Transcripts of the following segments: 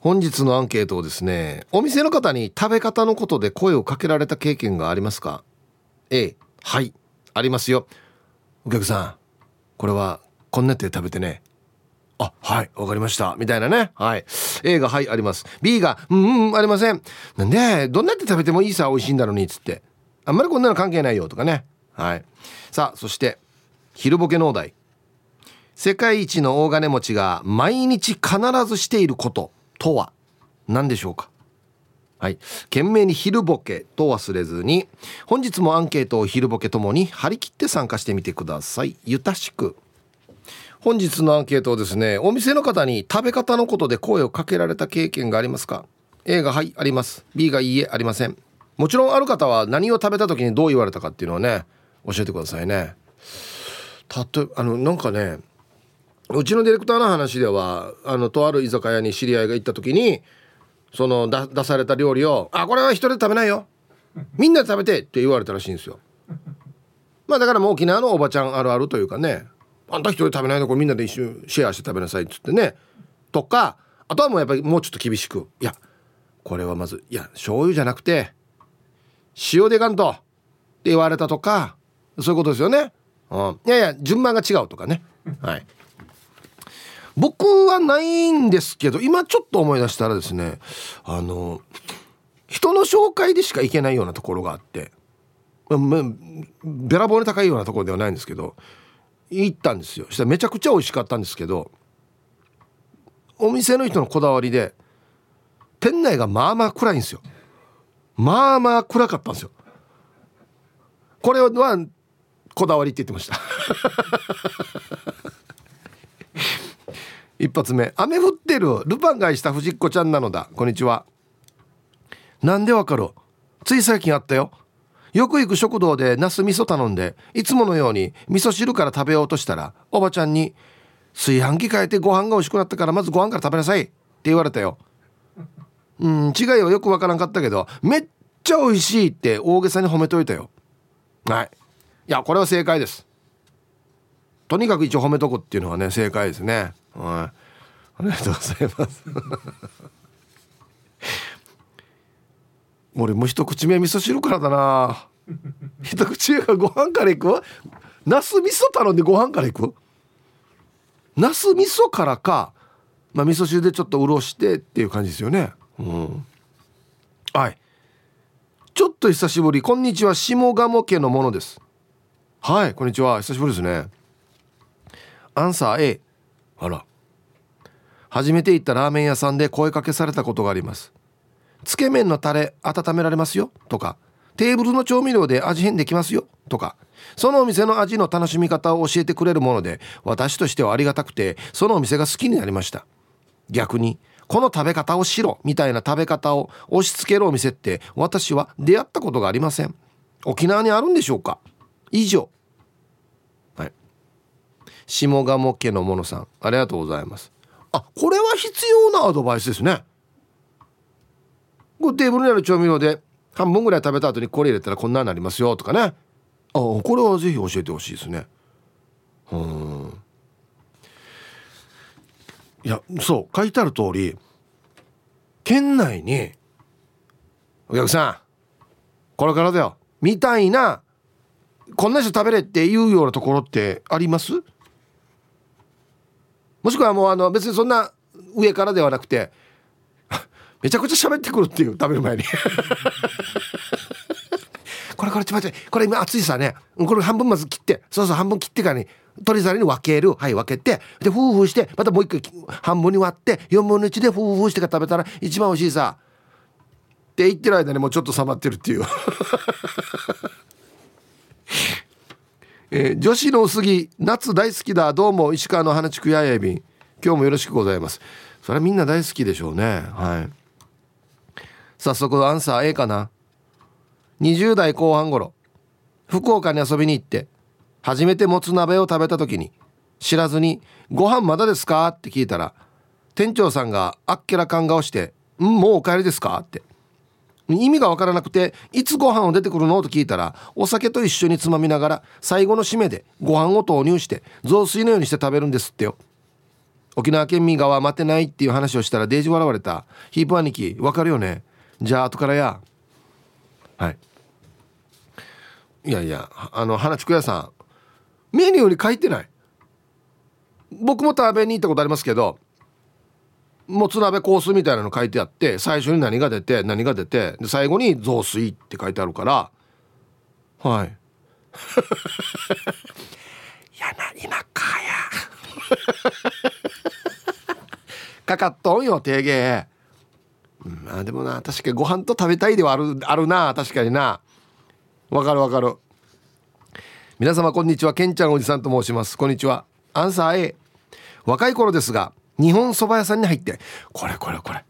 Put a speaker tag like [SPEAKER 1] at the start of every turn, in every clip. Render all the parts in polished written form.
[SPEAKER 1] 本日のアンケートをですね、お店の方に食べ方のことで声をかけられた経験がありますか？ A、 はい、ありますよ。お客さん、これはこんなって食べてね。あ、はい、わかりましたみたいなね。はい。 A がはい、あります。 B がありません。なんでどんなって食べてもいいさ、美味しいんだろうにつって、あんまりこんなの関係ないよとかね。はい。さあ、そして昼ボケ農大、世界一の大金持ちが毎日必ずしていることとは何でしょうか？はい、懸命に昼ボケと忘れずに、本日もアンケートを昼ボケともに張り切って参加してみてください。ゆたしく。本日のアンケートをですね、お店の方に食べ方のことで声をかけられた経験がありますか？ A がはい、あります。 B がいいえ、ありません。もちろんある方は何を食べた時にどう言われたかっていうのをね、教えてくださいね。なんかね、うちのディレクターの話では、とある居酒屋に知り合いが行った時に、その出された料理を、これは一人で食べないよ、みんなで食べてって言われたらしいんですよ。まあだからもう沖縄のおばちゃんあるあるというかね、あんた一人で食べないの、これみんなで一緒にシェアして食べなさいっつってね、とか、あとはもうやっぱりもうちょっと厳しく、いやこれはまず、いや醤油じゃなくて塩でかんとって言われたとか、そういうことですよね。いやいや順番が違うとかね。はい。僕はないんですけど、今ちょっと思い出したらですね、人の紹介でしか行けないようなところがあって、べらぼうに高いようなところではないんですけど、行ったんですよ。そしたらめちゃくちゃ美味しかったんですけど、お店の人のこだわりで店内がまあまあ暗いんですよ。まあまあ暗かったんですよ。これはこだわりって言ってました一発目、雨降ってる、ルパンがした藤子ちゃんなのだ、こんにちは。なんでわかる？つい最近あったよ。よく行く食堂でナス味噌頼んで、いつものように味噌汁から食べようとしたら、おばちゃんに炊飯器変えてご飯が美味しくなったからまずご飯から食べなさいって言われたよ。違いはよくわからんかったけど、めっちゃ美味しいって大げさに褒めといたよ。はい。いやこれは正解です。とにかく一応褒めとくっていうのはね、正解ですね。はい、ありがとうございます俺もう一口目味噌汁からだな一口目がご飯からいく？ナス味噌頼んでご飯からいく？ナス味噌からか、味噌汁でちょっと潤してっていう感じですよね。はい。ちょっと久しぶり、こんにちは、下鴨家のものです。はい、こんにちは、久しぶりですね。アンサー A。 あら、初めて行ったラーメン屋さんで声かけされたことがあります。つけ麺のタレ温められますよとか、テーブルの調味料で味変できますよとか、そのお店の味の楽しみ方を教えてくれるもので、私としてはありがたくて、そのお店が好きになりました。逆にこの食べ方をしろみたいな食べ方を押し付けるお店って私は出会ったことがありません。沖縄にあるんでしょうか？以上。はい。下鴨家のものさん、ありがとうございます。これは必要なアドバイスですね。これテーブルにある調味料で半分ぐらい食べた後にこれ入れたらこんなになりますよとかね。これはぜひ教えてほしいですね。いや、そう書いてある通り、県内にお客さんこれからだよみたいな、こんな人食べれっていうようなところってあります？もしくはもう別にそんな上からではなくてめちゃくちゃ喋ってくるっていう、食べる前にこれちょっと待って、これ今熱いさね、これ半分まず切って、そう半分切ってからに取り皿に分ける、はい、分けて、でフーフーしてまたもう一回半分に割って4分の1でフーフーしてから食べたら一番美味しいさって言ってる間にもうちょっと冷まってるっていう女子の薄着、夏大好きだ、どうも石川の花竹ややびん、今日もよろしくございます。それはみんな大好きでしょうね。はい。早速アンサー A かな。20代後半頃、福岡に遊びに行って初めてもつ鍋を食べた時に、知らずにご飯まだですかって聞いたら、店長さんがあっけらかん顔してもうお帰りですかって。意味がわからなくて、いつご飯を出てくるのと聞いたら、お酒と一緒につまみながら最後の締めでご飯を投入して雑炊のようにして食べるんですってよ。 沖縄県民側は待てないっていう話をしたらデージ笑われた。ヒープ兄貴わかるよね。じゃあ後からや。はい。いやいや、花竹屋さんメニューに書いてない。僕も食べに行ったことありますけど、もつ鍋コースみたいなの書いてあって、最初に何が出て何が出て、で最後に雑炊って書いてあるから、はい。いやな今かやかかっとんよ定芸。まあでもな、確かにご飯と食べたいではあるな。確かにな。わかるわかる。皆様こんにちは、けんちゃんおじさんと申します。こんにちは。アンサー A。 若い頃ですが日本そば屋さんに入って、これ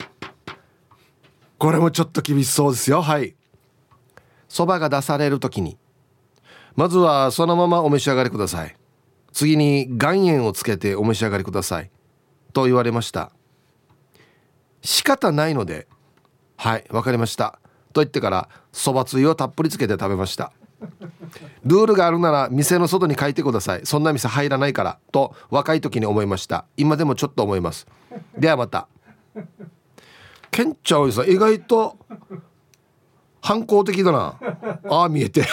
[SPEAKER 1] もちょっと厳しそうですよ。はい。そばが出されるときに、まずはそのままお召し上がりください、次に岩塩をつけてお召し上がりくださいと言われました。仕方ないので、はいわかりましたと言ってからそばつゆをたっぷりつけて食べました。ルールがあるなら店の外に書いてください、そんな店入らないからと若い時に思いました。今でもちょっと思います。ではまた。ケンちゃんおじさん意外と反抗的だな。ああ見えて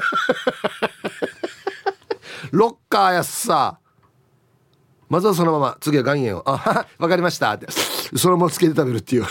[SPEAKER 1] ロッカーやっさ。まずはそのまま、次は岩塩を、あわかりましたってそのままつけて食べるっていう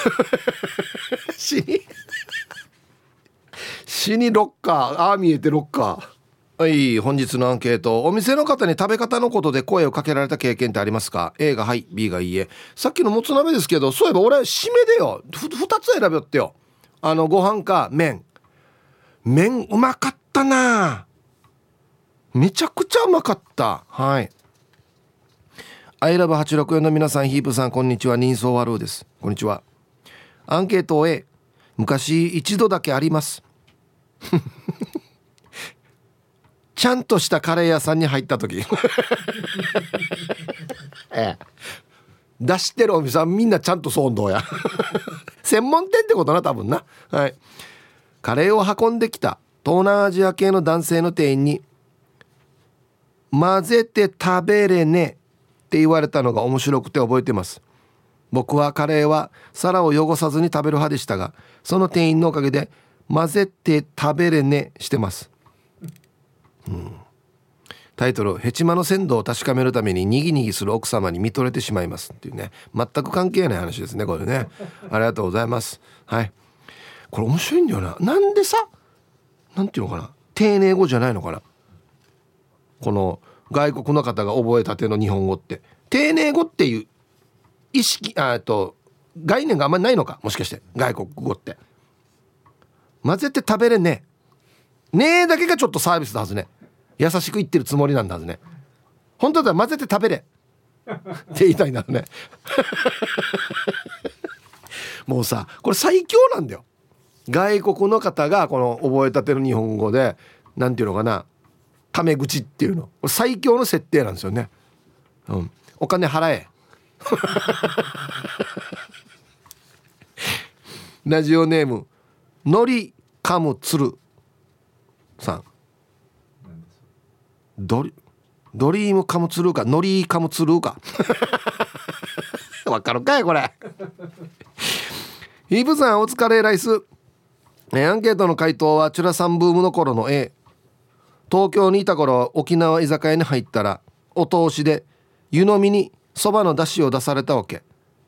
[SPEAKER 1] 死にロッカー、ああ見えてロッカー。はい、本日のアンケート。お店の方に食べ方のことで声をかけられた経験ってありますか？ A がはい、 B がいいえ。さっきのもつ鍋ですけど、そういえば俺締めでよ2つ選べよってよ。ご飯か麺うまかったな。めちゃくちゃうまかった。はい。アイラブ864の皆さん、ヒープさんこんにちは、人相ワルーです。こんにちは。アンケート A。 昔一度だけありますちゃんとしたカレー屋さんに入った時出してるお店はみんなちゃんとそうどうや専門店ってことな、多分な。はい。カレーを運んできた東南アジア系の男性の店員に、混ぜて食べれねって言われたのが面白くて覚えてます。僕はカレーは皿を汚さずに食べる派でしたが、その店員のおかげで混ぜて食べれねしてます。タイトル、ヘチマの鮮度を確かめるためににぎにぎする奥様に見とれてしまいますっていうね、全く関係ない話ですねこれね。ありがとうございます。はい。これ面白いんだよな。なんでさ、なんていうのかな、丁寧語じゃないのかな、この外国の方が覚えたての日本語って。丁寧語っていう意識概念があんまりないのか、もしかして外国語って。混ぜて食べれねねえだけがちょっとサービスだはずね。優しく言ってるつもりなんだはずね。本当だったら混ぜて食べれって言いたいんだねもうさ、これ最強なんだよ。外国の方がこの覚えたての日本語で、なんていうのかな、タメ口っていうの、これ最強の設定なんですよね。お金払えラジオネームのりかむつるさん。ドリームカムツルーか、ノリーカムツルーかわかるかいこれイブさんお疲れライス。アンケートの回答はチュラさんブームの頃の A。 東京にいた頃、沖縄居酒屋に入ったらお通しで湯飲みにそばの出汁を出されたわけ。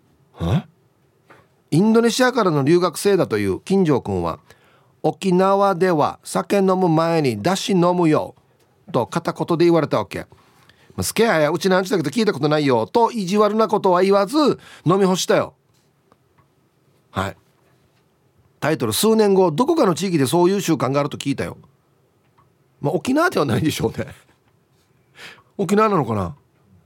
[SPEAKER 1] インドネシアからの留学生だという金城くんは、沖縄では酒飲む前に出汁飲むよと片言で言われたわけ。スケアやうちなんちだけど聞いたことないよと意地悪なことは言わず飲み干したよ。はい。タイトル、数年後どこかの地域でそういう習慣があると聞いたよ。沖縄ではないでしょうね沖縄なのかな。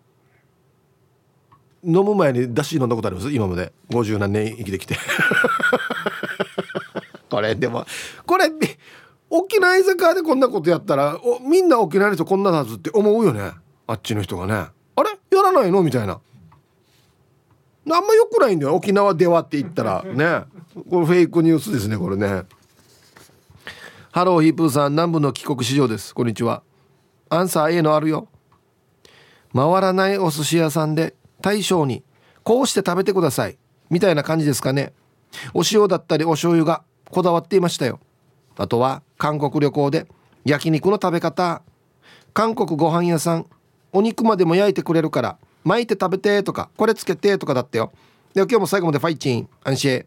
[SPEAKER 1] 飲む前に出汁飲んだことあります？今まで50何年生きてきてこれでもこれ沖縄居酒屋でこんなことやったらみんな沖縄の人こんなはずって思うよね。あっちの人がね、あれやらないのみたいな。あんま良くないんだよ、沖縄ではって言ったらね。これフェイクニュースですねこれね。ハローヒープーさん、南部の帰国子女です。こんにちは。アンサー A のあるよ。回らないお寿司屋さんで大将にこうして食べてくださいみたいな感じですかね。お塩だったりお醤油がこだわっていましたよ。あとは韓国旅行で焼肉の食べ方、韓国ご飯屋さんお肉までも焼いてくれるから巻いて食べてとかこれつけてとかだったよ。では今日も最後までファイチン安心。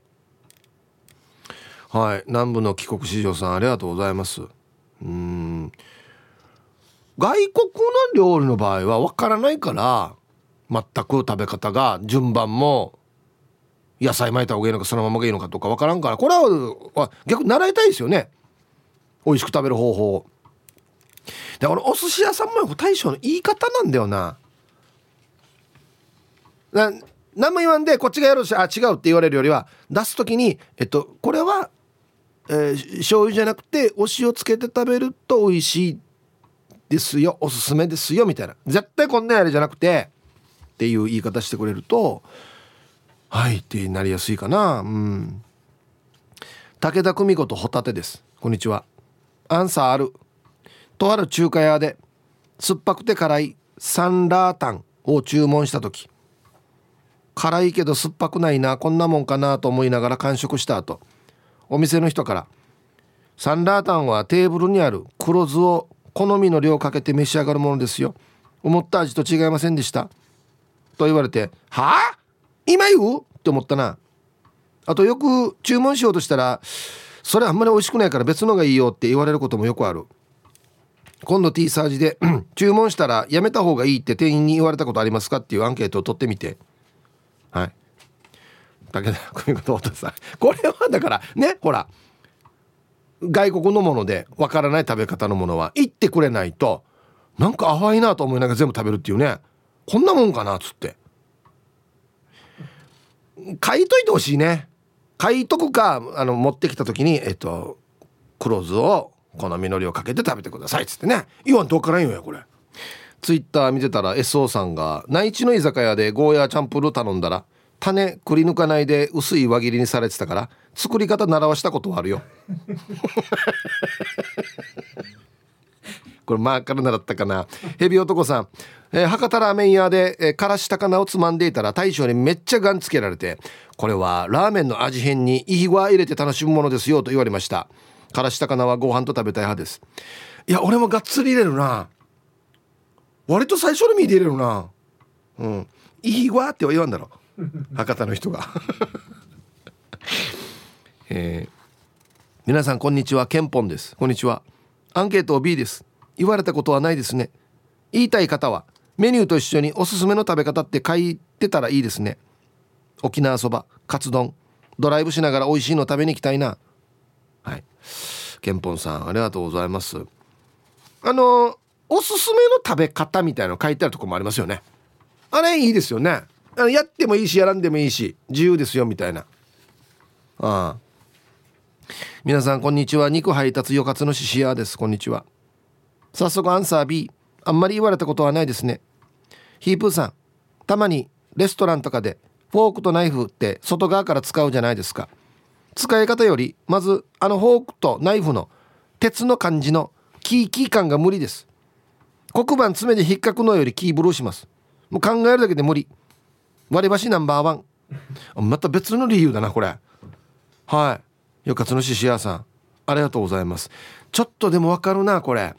[SPEAKER 1] はい、南部の帰国子女さんありがとうございます。外国の料理の場合は分からないから全く食べ方が順番も野菜巻いた方がいいのかそのままがいいのかとか分からんから、これは逆に習いたいですよね、美味しく食べる方法。だからお寿司屋さんも大将の言い方なんだよな。何も言わんでこっちがやるし違うって言われるよりは出す時にこれは、醤油じゃなくてお塩つけて食べると美味しいですよ、おすすめですよみたいな、絶対こんなやれじゃなくてっていう言い方してくれるとはいってなりやすいかな。武田久美子とホタテです。こんにちは。アンサーある。とある中華屋で酸っぱくて辛いサンラータンを注文した時、辛いけど酸っぱくないな、こんなもんかなと思いながら完食した後、お店の人からサンラータンはテーブルにある黒酢を好みの量かけて召し上がるものですよ、思った味と違いませんでしたと言われて、はあ今言うって思ったな。あとよく注文しようとしたらそれあんまり美味しくないから別のがいいよって言われることもよくある。今度 T サージで注文したらやめた方がいいって店員に言われたことありますかっていうアンケートを取ってみて、はい、武田久美子と太田さん、これはだからね、ほら外国のものでわからない食べ方のものは言ってくれないとなんか淡いなと思いながら全部食べるっていうね、こんなもんかなっつって書いといてほしいね。書いとくか持ってきた時に黒酢を好みの量かけて食べてくださいっつってね、言わんと分からんよや。これツイッター見てたら SO さんが内地の居酒屋でゴーヤーチャンプルー頼んだら種くり抜かないで薄い輪切りにされてたから作り方習わしたことはあるよこれマーカル習ったかな。ヘビ男さん、博多ラーメン屋で、からし高菜をつまんでいたら大将にめっちゃガンつけられて、これはラーメンの味変にイヒゴア入れて楽しむものですよと言われました。からし高菜はご飯と食べたい派です。いや俺もがっつり入れるな、割と最初の身で入れるな。イヒゴアって言わんだろ博多の人が皆さんこんにちは、ケンポンです。こんにちは。アンケート B です。言われたことはないですね。言いたい方はメニューと一緒におすすめの食べ方って書いてたらいいですね。沖縄そば、カツ丼、ドライブしながら美味しいの食べに行きたいな。はい、ケンポンさんありがとうございます。おすすめの食べ方みたいなの書いてあるとこもありますよね。あれいいですよね。やってもいいしやらんでもいいし自由ですよみたいな。皆さんこんにちは。肉配達よかつのししやです。こんにちは。早速アンサー B。 あんまり言われたことはないですね。ヒープーさん、たまにレストランとかでフォークとナイフって外側から使うじゃないですか。使い方よりまずフォークとナイフの鉄の感じのキー感が無理です。黒板爪で引っかくのよりキーブルーします。もう考えるだけで無理。割り箸ナンバーワン。また別の理由だなこれ。はい、よかつのししやさんありがとうございます。ちょっとでもわかるなこれ。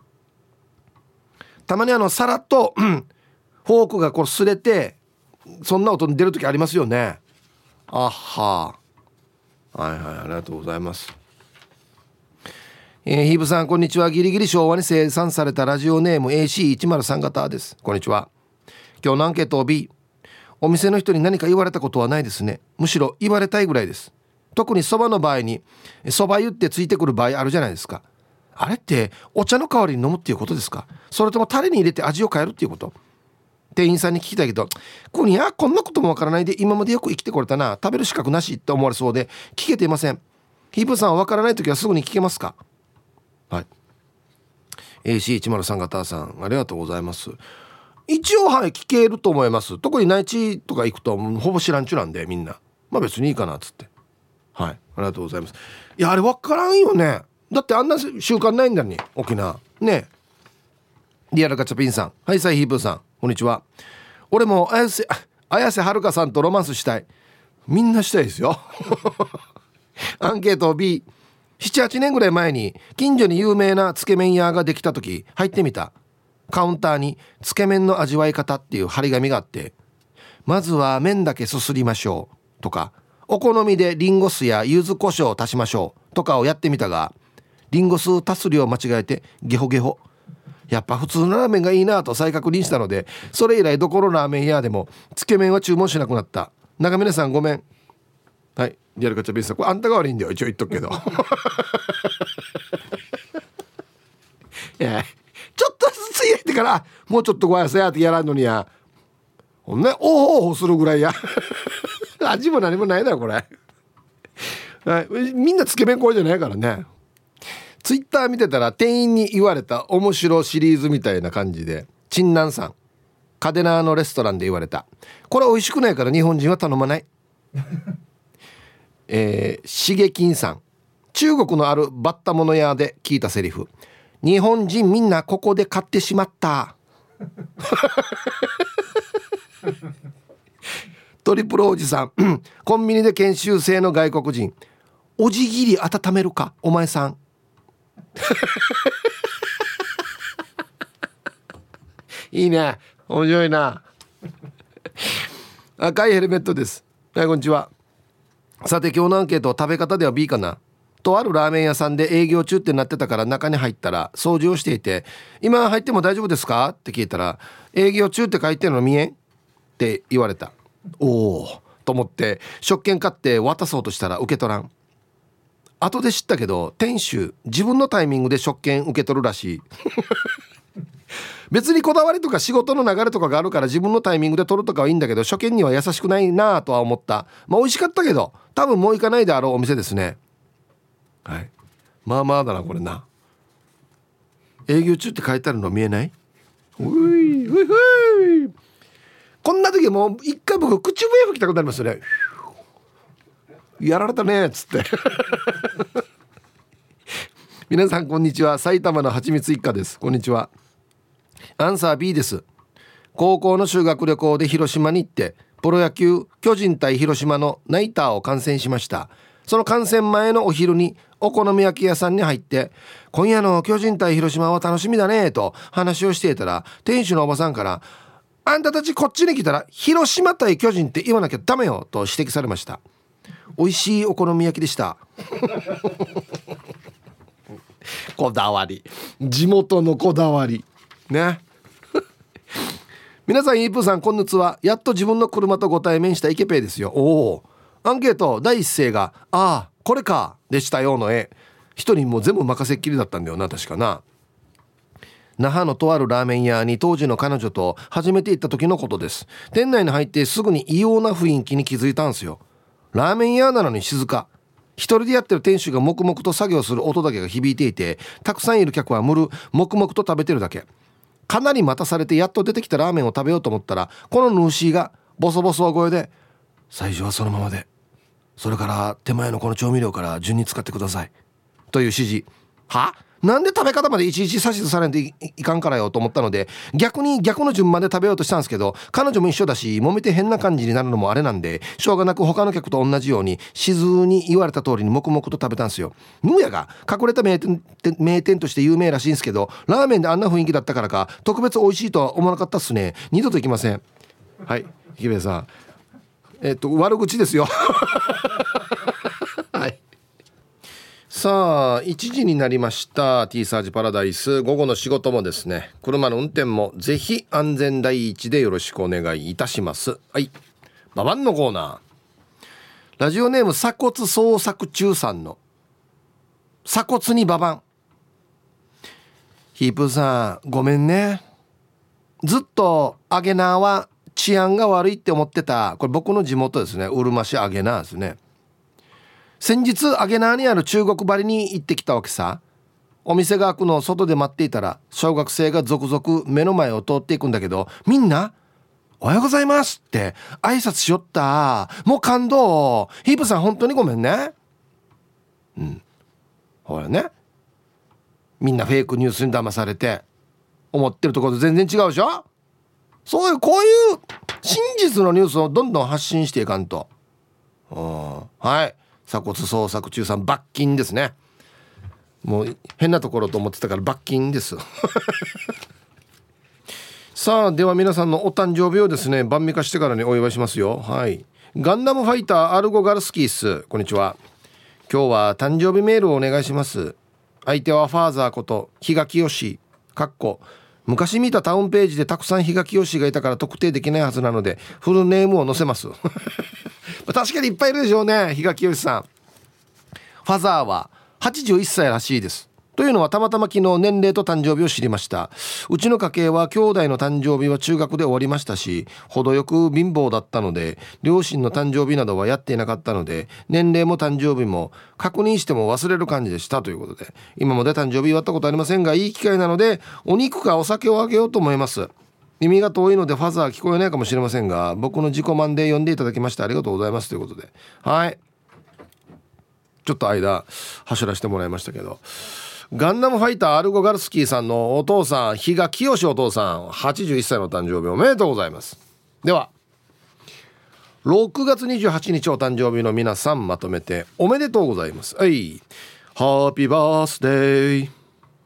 [SPEAKER 1] たまにさらっとフォークがこう擦れてそんな音出る時ありますよね。あははい、ありがとうございます。ヒーブさんこんにちは。ギリギリ昭和に生産されたラジオネーム AC103 型です。こんにちは。今日のアンケートを B。 お店の人に何か言われたことはないですね。むしろ言われたいぐらいです。特にそばの場合にそば湯ってついてくる場合あるじゃないですか。あれってお茶の代わりに飲むっていうことですか、それともタレに入れて味を変えるっていうこと。店員さんに聞きたいけど、こんなこともわからないで今までよく生きてこれたな、食べる資格なしって思われそうで聞けていません。ヒープさんはわからないときはすぐに聞けますか。はい、 AC103 型さんありがとうございます。一応はい聞けると思います。特に内地とか行くとほぼ知らんちゅなんでみんな別にいいかなっつって、はい、ありがとうございます。いやあれわからんよね。だってあんな習慣ないんだに沖縄ね。リアルガチャピンさん、はい、サイヒープーさんこんにちは。 俺も綾瀬はるかさんとロマンスしたい。みんなしたいですよアンケート B。 7,8 年ぐらい前に近所に有名なつけ麺屋ができた時入ってみた。カウンターにつけ麺の味わい方っていう張り紙があって、まずは麺だけすすりましょうとか、お好みでリンゴ酢や柚子胡椒を足しましょうとかをやってみたが、リンゴ酢足す量間違えてゲホゲホ。やっぱ普通のラーメンがいいなと再確認したので、それ以来どこのラーメン屋でもつけ麺は注文しなくなった。長峰さんごめん。はい、リアルガチャベースさん、これあんたが悪いんだよ、一応言っとくけどいや、ちょっとずつ入れてからもうちょっとごやさやってやらんのにや、ほんねおおするぐらいや味も何もないだろこれはい、みんなつけ麺これじゃないからね。ツイッター見てたら店員に言われた面白シリーズみたいな感じで、チンナンさん、カデナーのレストランで言われた。これ美味しくないから日本人は頼まないしげきんさん、中国のあるバッタモノ屋で聞いたセリフ、日本人みんなここで買ってしまったトリプルおじさんコンビニで研修生の外国人、おじぎり温めるかお前さんいいね、面白いな赤いヘルメットです。はい、こんにちは。さて今日のアンケート、食べ方では B かな。とあるラーメン屋さんで営業中ってなってたから中に入ったら掃除をしていて、今入っても大丈夫ですかって聞いたら、営業中って書いてるの見えんって言われた。おおと思って食券買って渡そうとしたら受け取らん。後で知ったけど店主自分のタイミングで食券受け取るらしい別にこだわりとか仕事の流れとかがあるから自分のタイミングで取るとかはいいんだけど、初見には優しくないなとは思った。まあ美味しかったけど多分もう行かないであろうお店ですね。はい、まあまあだなこれな。営業中って書いてあるの見えない？ういうい、こんな時もう一回僕口笛吹きたくなりますよね。やられたねっつって皆さんこんにちは、埼玉のはちみつ一家です。こんにちは。アンサー B です。高校の修学旅行で広島に行ってプロ野球巨人対広島のナイターを観戦しました。その観戦前のお昼にお好み焼き屋さんに入って、今夜の巨人対広島は楽しみだねと話をしていたら、店主のおばさんから、あんたたちこっちに来たら広島対巨人って言わなきゃダメよと指摘されました。美味しいお好み焼きでしたこだわり、地元のこだわりね皆さん、イープーさんこんにちは。やっと自分の車とご対面したイケペイですよ。おお、アンケート第一声がああこれかでしたよの絵、一人もう全部任せっきりだったんだよな、確かな。那覇のとあるラーメン屋に当時の彼女と初めて行った時のことです。店内に入ってすぐに異様な雰囲気に気づいたんですよ。ラーメン屋なのに静か、一人でやってる店主が黙々と作業する音だけが響いていて、たくさんいる客は黙々と食べてるだけ。かなり待たされてやっと出てきたラーメンを食べようと思ったら、このヌーシーがボソボソ声で、最初はそのままで、それから手前のこの調味料から順に使ってくださいという指示。は、なんで食べ方までいちいち指図されんと いかんからよと思ったので、逆の順番で食べようとしたんですけど、彼女も一緒だし揉めて変な感じになるのもあれなんで、しょうがなく他の客と同じように静に言われた通りに黙々と食べたんですよ。ヌーヤが隠れた名店として有名らしいんですけど、ラーメンであんな雰囲気だったからか特別美味しいとは思わなかったっすね。二度と行きません。はい、池部さん、悪口ですよはい、さあ1時になりました。 T サージパラダイス、午後の仕事もですね、車の運転もぜひ安全第一でよろしくお願いいたします。はい、ババンのコーナー。ラジオネーム鎖骨捜索中さんの鎖骨にババン。ヒープーさんごめんね、ずっとアゲナーは治安が悪いって思ってた。これ僕の地元ですね、うるま市アゲナーですね。先日アゲナーにある中国バリに行ってきたわけさ。お店が開くのを外で待っていたら、小学生が続々目の前を通っていくんだけど、みんなおはようございますって挨拶しよった。もう感動。ヒープさん本当にごめんね。うん、ほらね、みんなフェイクニュースに騙されて思ってるところと全然違うでしょ。 そういうこういう真実のニュースをどんどん発信していかんと。はい、鎖骨捜索中さん罰金ですね。もう変なところと思ってたから罰金ですさあでは皆さんのお誕生日をですね晩御飯してからにお祝いしますよ。はい、ガンダムファイターアルゴガルスキース、こんにちは。今日は誕生日メールをお願いします。相手はファーザーこと比嘉清かっこ昔見たタウンページでたくさん比嘉清がいたから特定できないはずなのでフルネームを載せます確かにいっぱいいるでしょうね、比嘉清さん。ファザーは81歳らしいです。というのはたまたま昨日年齢と誕生日を知りました。うちの家系は兄弟の誕生日は中学で終わりましたし、程よく貧乏だったので両親の誕生日などはやっていなかったので年齢も誕生日も確認しても忘れる感じでしたということで、今まで誕生日祝ったことありませんがいい機会なのでお肉かお酒をあげようと思います。耳が遠いのでファザー聞こえないかもしれませんが僕の自己満で呼んでいただきましてありがとうございますということで、はい、ちょっと間走らせてもらいましたけど、ガンダムファイターアルゴガルスキーさんのお父さん比嘉清お父さん81歳の誕生日おめでとうございます。では6月28日お誕生日の皆さんまとめておめでとうございます。はい、ハッピーバースデー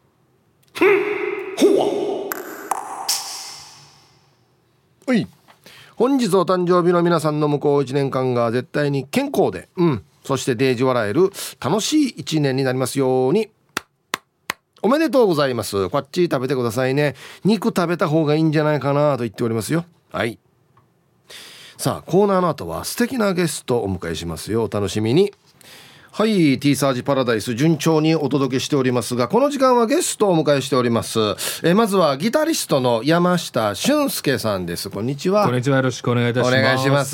[SPEAKER 1] はい、本日お誕生日の皆さんの向こう1年間が絶対に健康で、そしてデージ笑える楽しい1年になりますように。おめでとうございます。こっち食べてくださいね。肉食べた方がいいんじゃないかなと言っておりますよ。はい、さあコーナーの後は素敵なゲストをお迎えしますよ、お楽しみに。はい、 T サージパラダイス順調にお届けしておりますが、この時間はゲストをお迎えしております。まずはギタリストの山下俊介さんです。こんにちは。
[SPEAKER 2] こんにちは、よろしくお願いいたします。
[SPEAKER 1] お願いします。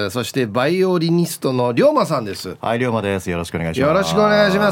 [SPEAKER 1] そしてバイオリニストの龍馬さんです。
[SPEAKER 3] はい、龍馬です。よろしくお願いします。
[SPEAKER 1] よろしくお願いします。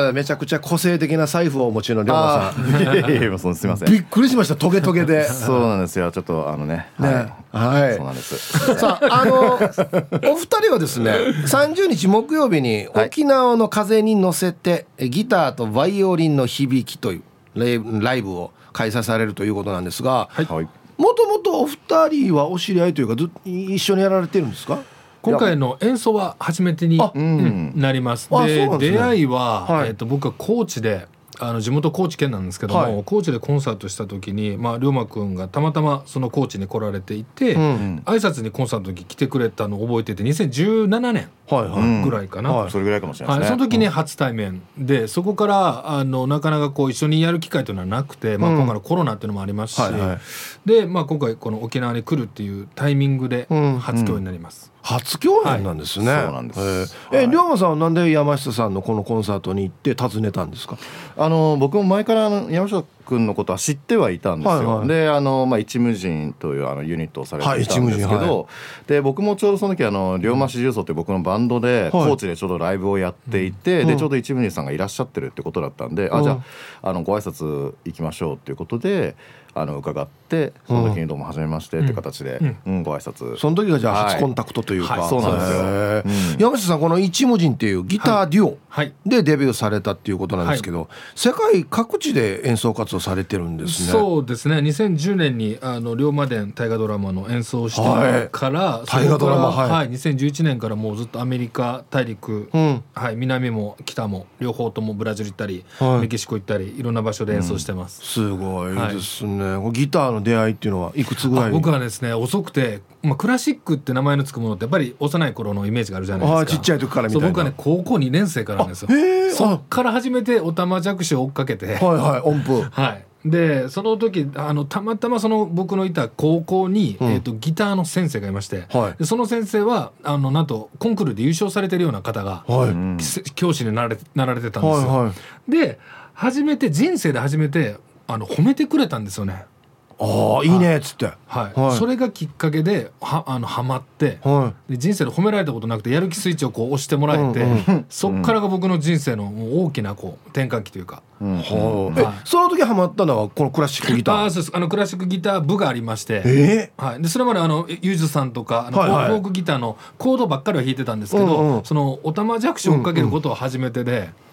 [SPEAKER 1] めちゃくちゃ個性的な財布をお持ちの龍馬さん。
[SPEAKER 3] すみません。
[SPEAKER 1] びっくりしました、トゲトゲで。
[SPEAKER 3] そうなんですよ。ちょっとね、
[SPEAKER 1] はい、
[SPEAKER 3] そうなんです。
[SPEAKER 1] さあお二人はですね30日木曜日に沖縄の風に乗せてギターとバイオリンの響きというライブを開催されるということなんですが、もともとお二人はお知り合いというか一緒にやられてるんですか？
[SPEAKER 2] 今回の演奏は初めてになります。で、出会いは、僕は高知で地元高知県なんですけども、高知でコンサートした時に、龍馬くんがたまたまその高知に来られていて、挨拶にコンサートの時来てくれたのを覚えてて、2017年ぐらいかな、
[SPEAKER 3] それぐらいかもしれないですね。
[SPEAKER 2] その時に初対面で、そこからなかなかこう一緒にやる機会というのはなくて、今回のコロナっていうのもありますし、で、今回この沖縄に来るっていうタイミングで初共演になります。
[SPEAKER 1] 初共演なんですね。
[SPEAKER 3] そうなんです。
[SPEAKER 1] 龍馬さんはなんで山下さんのこのコンサートに行って訪ねたんですか？
[SPEAKER 3] 僕も前から山下君のことは知ってはいたんですよ。で一無人というユニットをされていたんですけど、で僕もちょうどその時龍馬四重奏という僕のバンドで高知でちょうどライブをやっていて、でちょうど一無人さんがいらっしゃってるってことだったんで、じゃあご挨拶行きましょうっていうことで伺って、その時にどうも初めましてって形でご挨拶。
[SPEAKER 1] その時がじゃあ初コンタクトというか。
[SPEAKER 3] そうなんですよ。
[SPEAKER 1] 山下さんこの一無人っていうギターデュオでデビューされたっていうことなんですけど、世界各地で演奏活動されてるんですね。
[SPEAKER 2] そうですね。2010年に龍馬伝大河ドラマの演奏をしてから、
[SPEAKER 1] 大河ドラマ、
[SPEAKER 2] 2011年からもうずっとアメリカ大陸、南も北も両方ともブラジル行ったり、メキシコ行ったりいろんな場所で演奏してます。
[SPEAKER 1] すごいですね。ギターの出会いっていうのはいくつぐらい？
[SPEAKER 2] 僕はですね遅くて、クラシックって名前のつくものってやっぱり幼い頃のイメージがあるじゃないですか。
[SPEAKER 1] ちっちゃい時からみたいな。
[SPEAKER 2] 僕はね高校2年生からなんですよ。そっから初めてオタマジャクシを追っかけて、
[SPEAKER 1] 音符。
[SPEAKER 2] でその時たまたまその僕のいた高校に、ギターの先生がいまして、でその先生はなんとコンクールで優勝されてるような方が、教師になられてたんですよ。で人生で初めて褒めてくれたんですよね。
[SPEAKER 1] いいねっつって、
[SPEAKER 2] それがきっかけでハマって、で人生で褒められたことなくてやる気スイッチをこう押してもらえて、そっからが僕の人生の大きなこう転換期というか、
[SPEAKER 1] その時ハマったのはこのクラシックギター。
[SPEAKER 2] そうです。クラシックギター部がありまして、でそれまでゆずさんとかフォークギターのコードばっかりは弾いてたんですけど、そのオタマジャクシを追っかけることは初めてで、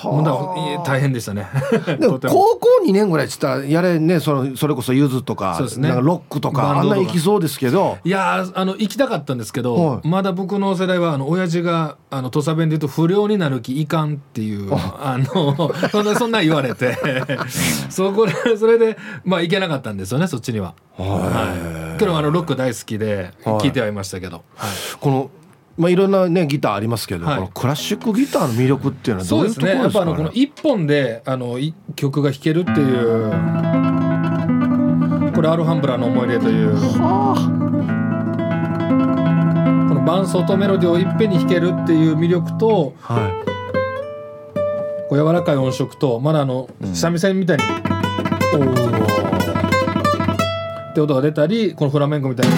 [SPEAKER 2] もうだ大変でしたね
[SPEAKER 1] でも高校2年ぐらいっつったらやれね、それこそユズとか、
[SPEAKER 2] そうですね、
[SPEAKER 1] なんかロックとかあんな行きそうですけど、
[SPEAKER 2] いや行きたかったんですけど、まだ僕の世代は親父が土佐弁で言うと不良になる気いかんっていうそんな言われてそれで行けなかったんですよね、そっちには。けどロック大好きで聴いてはいましたけど、
[SPEAKER 1] このいろんなねギターありますけど、このクラシックギターの魅力っていうのはどういうところですかね。
[SPEAKER 2] そうですね、やっぱこの一本で曲が弾けるっていう、これアルハンブラの思い出という、この伴奏とメロディーをいっぺんに弾けるっていう魅力と、こう柔らかい音色と、まだ三味線みたいにって音が出たり、このフラメンコみたいに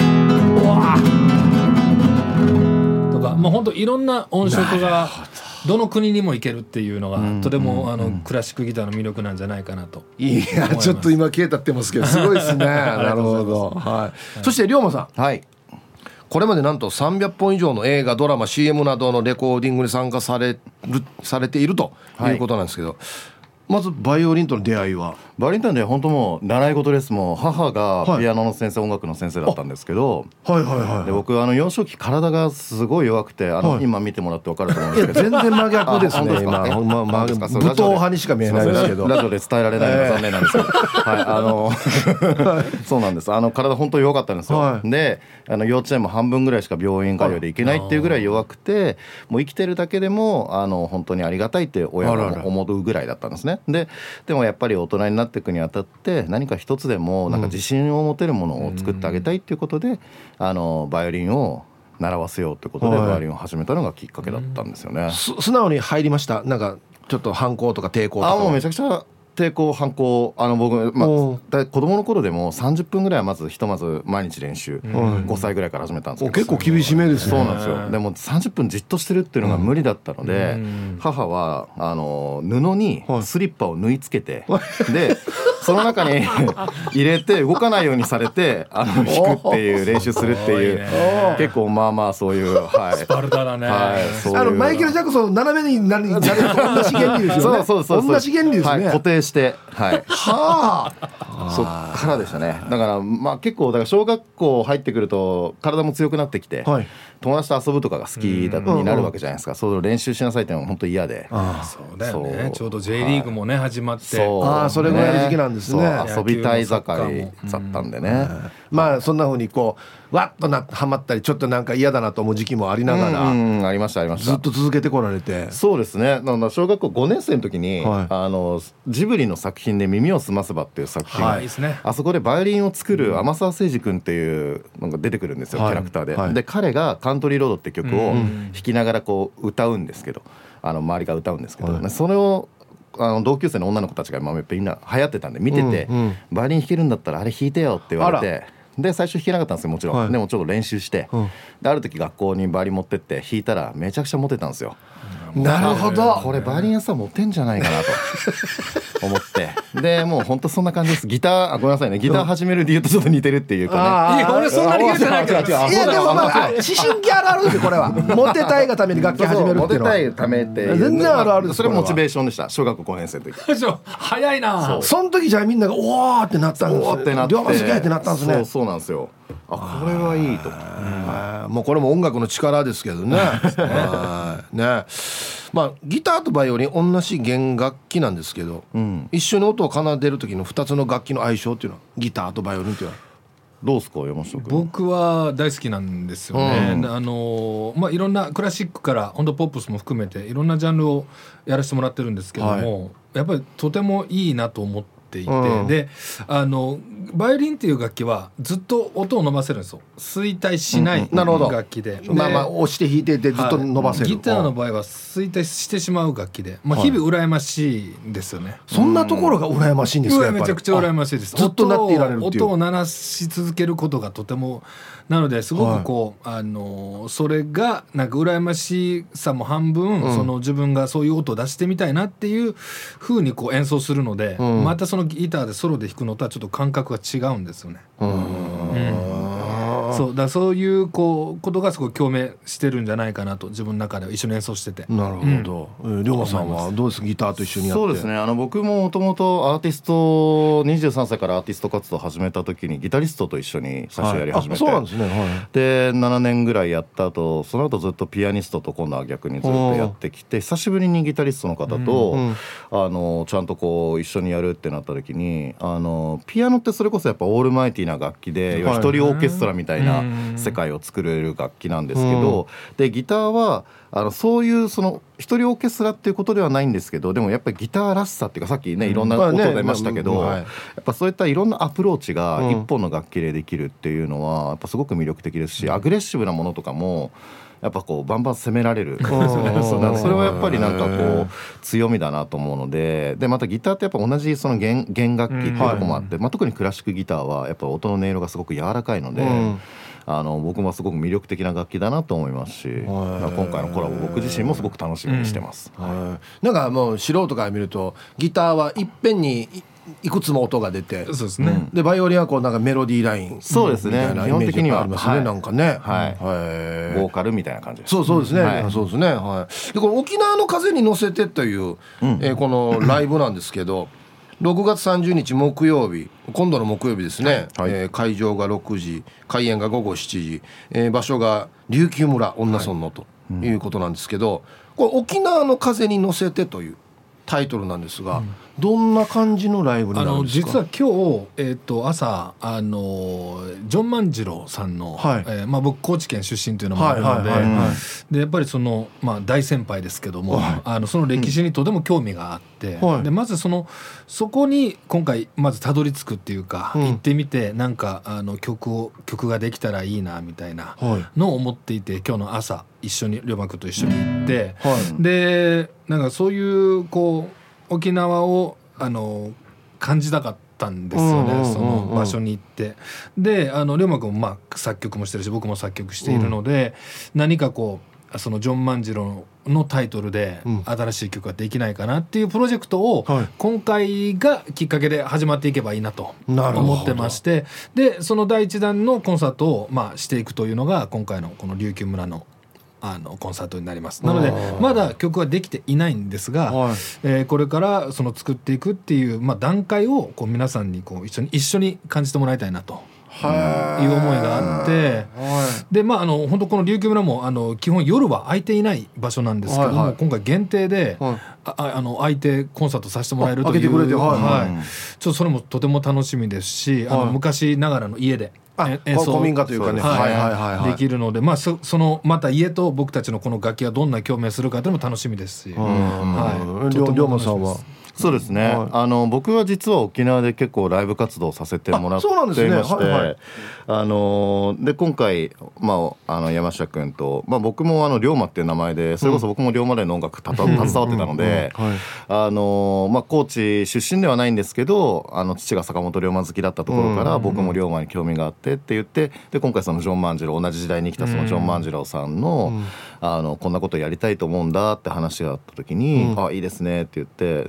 [SPEAKER 2] とか、本当いろんな音色がどの国にも行けるっていうのがとてもクラシックギターの魅力なんじゃないかなと。
[SPEAKER 1] いやちょっと今消えたってますけどすごいですねなるほど、そして龍馬さん、これまでなんと300本以上の映画、ドラマ、CM などのレコーディングに参加されているということなんですけど、まずバイオリンとの出会いは？
[SPEAKER 3] バイオリンとの出会い本当もう習い事です。もう母がピアノの先生、音楽の先生だったんですけど、で僕幼少期体がすごい弱くて、今見てもらって分かると思うんですけど、
[SPEAKER 1] 全然真逆ですね今、武闘派にしか見えないですけど、
[SPEAKER 3] ラジオで伝えられないのが残念なんですけど、そうなんです。体本当に弱かったんですよ。で幼稚園も半分ぐらいしか病院通いで行けないっていうぐらい弱くて、もう生きてるだけでも本当にありがたいって親が思うぐらいだったんですね。でもやっぱり大人になっていくにあたって、何か一つでもなんか自信を持てるものを作ってあげたいっていうことで、バイオリンを習わせようということでバイオリンを始めたのがきっかけだったんですよね。
[SPEAKER 1] 素直に入りました？なんかちょっと反抗とか抵抗とか？
[SPEAKER 3] もうめちゃくちゃ抵抗反抗、僕、子供の頃でも30分ぐらいはひとまず毎日練習、5歳ぐらいから始めたんですけど、
[SPEAKER 1] 結構厳しめですね。
[SPEAKER 3] そうなんですよ。でも30分じっとしてるっていうのが無理だったので、母は布にスリッパを縫い付けて、でその中に入れて動かないようにされて弾くっていう練習するっていう、結構そういう、
[SPEAKER 2] スパルタだね。
[SPEAKER 1] マイケル・ジャクソン斜めになると同じ原理ですよね。そう同じ原理ですね。
[SPEAKER 3] 固定して、そっからでしたね。だから結構だから小学校入ってくると体も強くなってきて、友達と遊ぶとかが好きになるわけじゃないですか。それを練習しなさいっていうのは本当に嫌で。
[SPEAKER 2] そうだよね。ちょうど J リーグもね始まって、
[SPEAKER 1] それぐらいの時期なんですね。
[SPEAKER 3] 遊びたい盛りだったんでね。
[SPEAKER 1] そんな風にわっとはまったり、ちょっとなんか嫌だなと思う時期もありながら、
[SPEAKER 3] ありました
[SPEAKER 1] ずっと続けてこられて。
[SPEAKER 3] そうですね。小学校5年生の時に、ジブリの作品で耳をすませばっていう作品、あそこでバイオリンを作る天沢誠司君っていうのが出てくるんですよ、キャラクターで。で彼がカントリーロードって曲を弾きながら歌うんですけど、周りが歌うんですけど、それを同級生の女の子たちがみんな流行ってたんで見てて、バイオリン弾けるんだったらあれ弾いてよって言われて、で最初弾けなかったんですよ、もちろん。でもちょっと練習して、である時学校にバイオリン持ってって弾いたらめちゃくちゃモテたんですよ。
[SPEAKER 1] なるほど。
[SPEAKER 3] これバイオリン屋さんモテんじゃないかなと思って、でもう本当そんな感じです。ギターごめんなさいね、ギター始める理由とちょっと似てるっていうかね。
[SPEAKER 2] いや俺そんな理由じゃないけど、いや
[SPEAKER 1] でも思春期あるあるですよこれは。モテたいがために楽器始めるっていうのは。
[SPEAKER 3] モテたいためって
[SPEAKER 1] 全然あるあるです。
[SPEAKER 3] それモチベーションでした、小学校5年生の時。
[SPEAKER 2] 早いな。
[SPEAKER 1] その時じゃあみんながおーってなったんですよ。龍馬すげーってなったんですね。
[SPEAKER 3] そうなんですよ。これはいいと。
[SPEAKER 1] もうこれも音楽の力ですけどね。ね。ギターとバイオリン同じ弦楽器なんですけど、一緒に音を奏でる時の2つの楽器の相性っていうのは、ギターとバイオリンっていうのは
[SPEAKER 3] どうですか山下君？
[SPEAKER 2] 僕は大好きなんですよね。いろんなクラシックから本当ポップスも含めていろんなジャンルをやらせてもらってるんですけども、やっぱりとてもいいなと思っていて、でバイオリンっていう楽器はずっと音を伸ばせるんですよ。衰退しない楽器で、
[SPEAKER 1] 押して弾いててずっと伸ばせる。
[SPEAKER 2] ギターの場合は衰退してしまう楽器で、日々羨ましいんですよね。
[SPEAKER 1] そんなところが羨ましいんですか？やっぱり
[SPEAKER 2] めちゃくちゃ羨ましいです。
[SPEAKER 1] ずっと鳴っていられるっていう、
[SPEAKER 2] 音を鳴らし続けることがとてもなのですごくそれがなんか羨ましさも半分、その自分がそういう音を出してみたいなっていう風に演奏するので、またそのギターでソロで弾くのとはちょっと感覚が違うんですよね。 そういうことがすごい共鳴してるんじゃないかなと自分の中では一緒に演奏してて。
[SPEAKER 1] なるほど。龍馬さんはどうですか、ギターと一緒にやって。
[SPEAKER 3] そうですね、僕ももともとアーティスト23歳からアーティスト活動を始めた時にギタリストと一緒に最初やり始めて、
[SPEAKER 1] そうなんですね、
[SPEAKER 3] で7年ぐらいやった後、その後ずっとピアニストと今度は逆にずっとやってきて、久しぶりにギタリストの方と、ちゃんと一緒にやるってなった時に、ピアノってそれこそやっぱオールマイティな楽器で、一人オーケストラみたいな世界を作れる楽器なんですけど、でギターはそういうその一人オーケストラっていうことではないんですけど、でもやっぱりギターらしさっていうか、さっきねいろんな音出ましたけど、やっぱそういったいろんなアプローチが一本の楽器でできるっていうのはやっぱすごく魅力的ですし、アグレッシブなものとかもやっぱバンバン攻められるそれはやっぱりなんか強みだなと思うので、またギターってやっぱ同じその弦楽器っていうところもあって、特にクラシックギターはやっぱ音の音色がすごく柔らかいので、僕もすごく魅力的な楽器だなと思いますし、今回のコラボ僕自身もすごく楽しみにしてます。
[SPEAKER 1] なんかもう素人から見るとギターはいっぺんにいくつも音が出て、
[SPEAKER 2] そうですね、
[SPEAKER 1] でバイオリンはなんかメロディーライン、
[SPEAKER 3] そうですね、基本的にはありますね、
[SPEAKER 1] なんかね、
[SPEAKER 3] ボーカルみたいな感じです。
[SPEAKER 1] そうですね、そうですね。でこの沖縄の風に乗せてという、このライブなんですけど、6月30日木曜日、今度の木曜日ですね、会場が6時、開演が午後7時、場所が琉球村恩納村のということなんですけど、これ沖縄の風に乗せてというタイトルなんですが、どんな感じのライブになるんですか。
[SPEAKER 2] 実は今日、朝ジョン万次郎さんの、僕高知県出身というのもあるので、でやっぱりその、大先輩ですけども、その歴史にとても興味があって、でまずそこに今回まずたどり着くっていうか、行ってみてなんか曲ができたらいいなみたいなのを思っていて、今日の朝一緒に龍馬君と一緒に行って、でなんかそういう沖縄を感じたかったんですよね、その場所に行って。で龍馬君も作曲もしてるし、僕も作曲しているので、何かそのジョン万次郎のタイトルで新しい曲ができないかなっていうプロジェクトを今回がきっかけで始まっていけばいいなと思ってまして、でその第一弾のコンサートをしていくというのが今回のこの琉球村のコンサートになります。なのでまだ曲はできていないんですが、これからその作っていくっていう、段階を皆さんに一緒に感じてもらいたいなという思いがあって、で本当この琉球村も基本夜は空いていない場所なんですけども、今回限定で空いてコンサートさせてもらえるという、ちょっとそれもとても楽しみですし、昔ながらの家で演奏
[SPEAKER 1] 古民家というかね、
[SPEAKER 2] できるので、そのまた家と僕たちのこの楽器がどんな共鳴するかというのも楽しみですし、
[SPEAKER 1] 龍馬さんは。
[SPEAKER 3] そうですね、僕は実は沖縄で結構ライブ活動させてもらっていまして、で今回、山下君と、僕も龍馬っていう名前で、それこそ僕も龍馬での音楽携わってたので、高知出身ではないんですけど、父が坂本龍馬好きだったところから僕も龍馬に興味があってって言って、で今回そのジョン万次郎、同じ時代に生きたそのジョン万次郎さんの、こんなことやりたいと思うんだって話があった時に、いいですねって言って、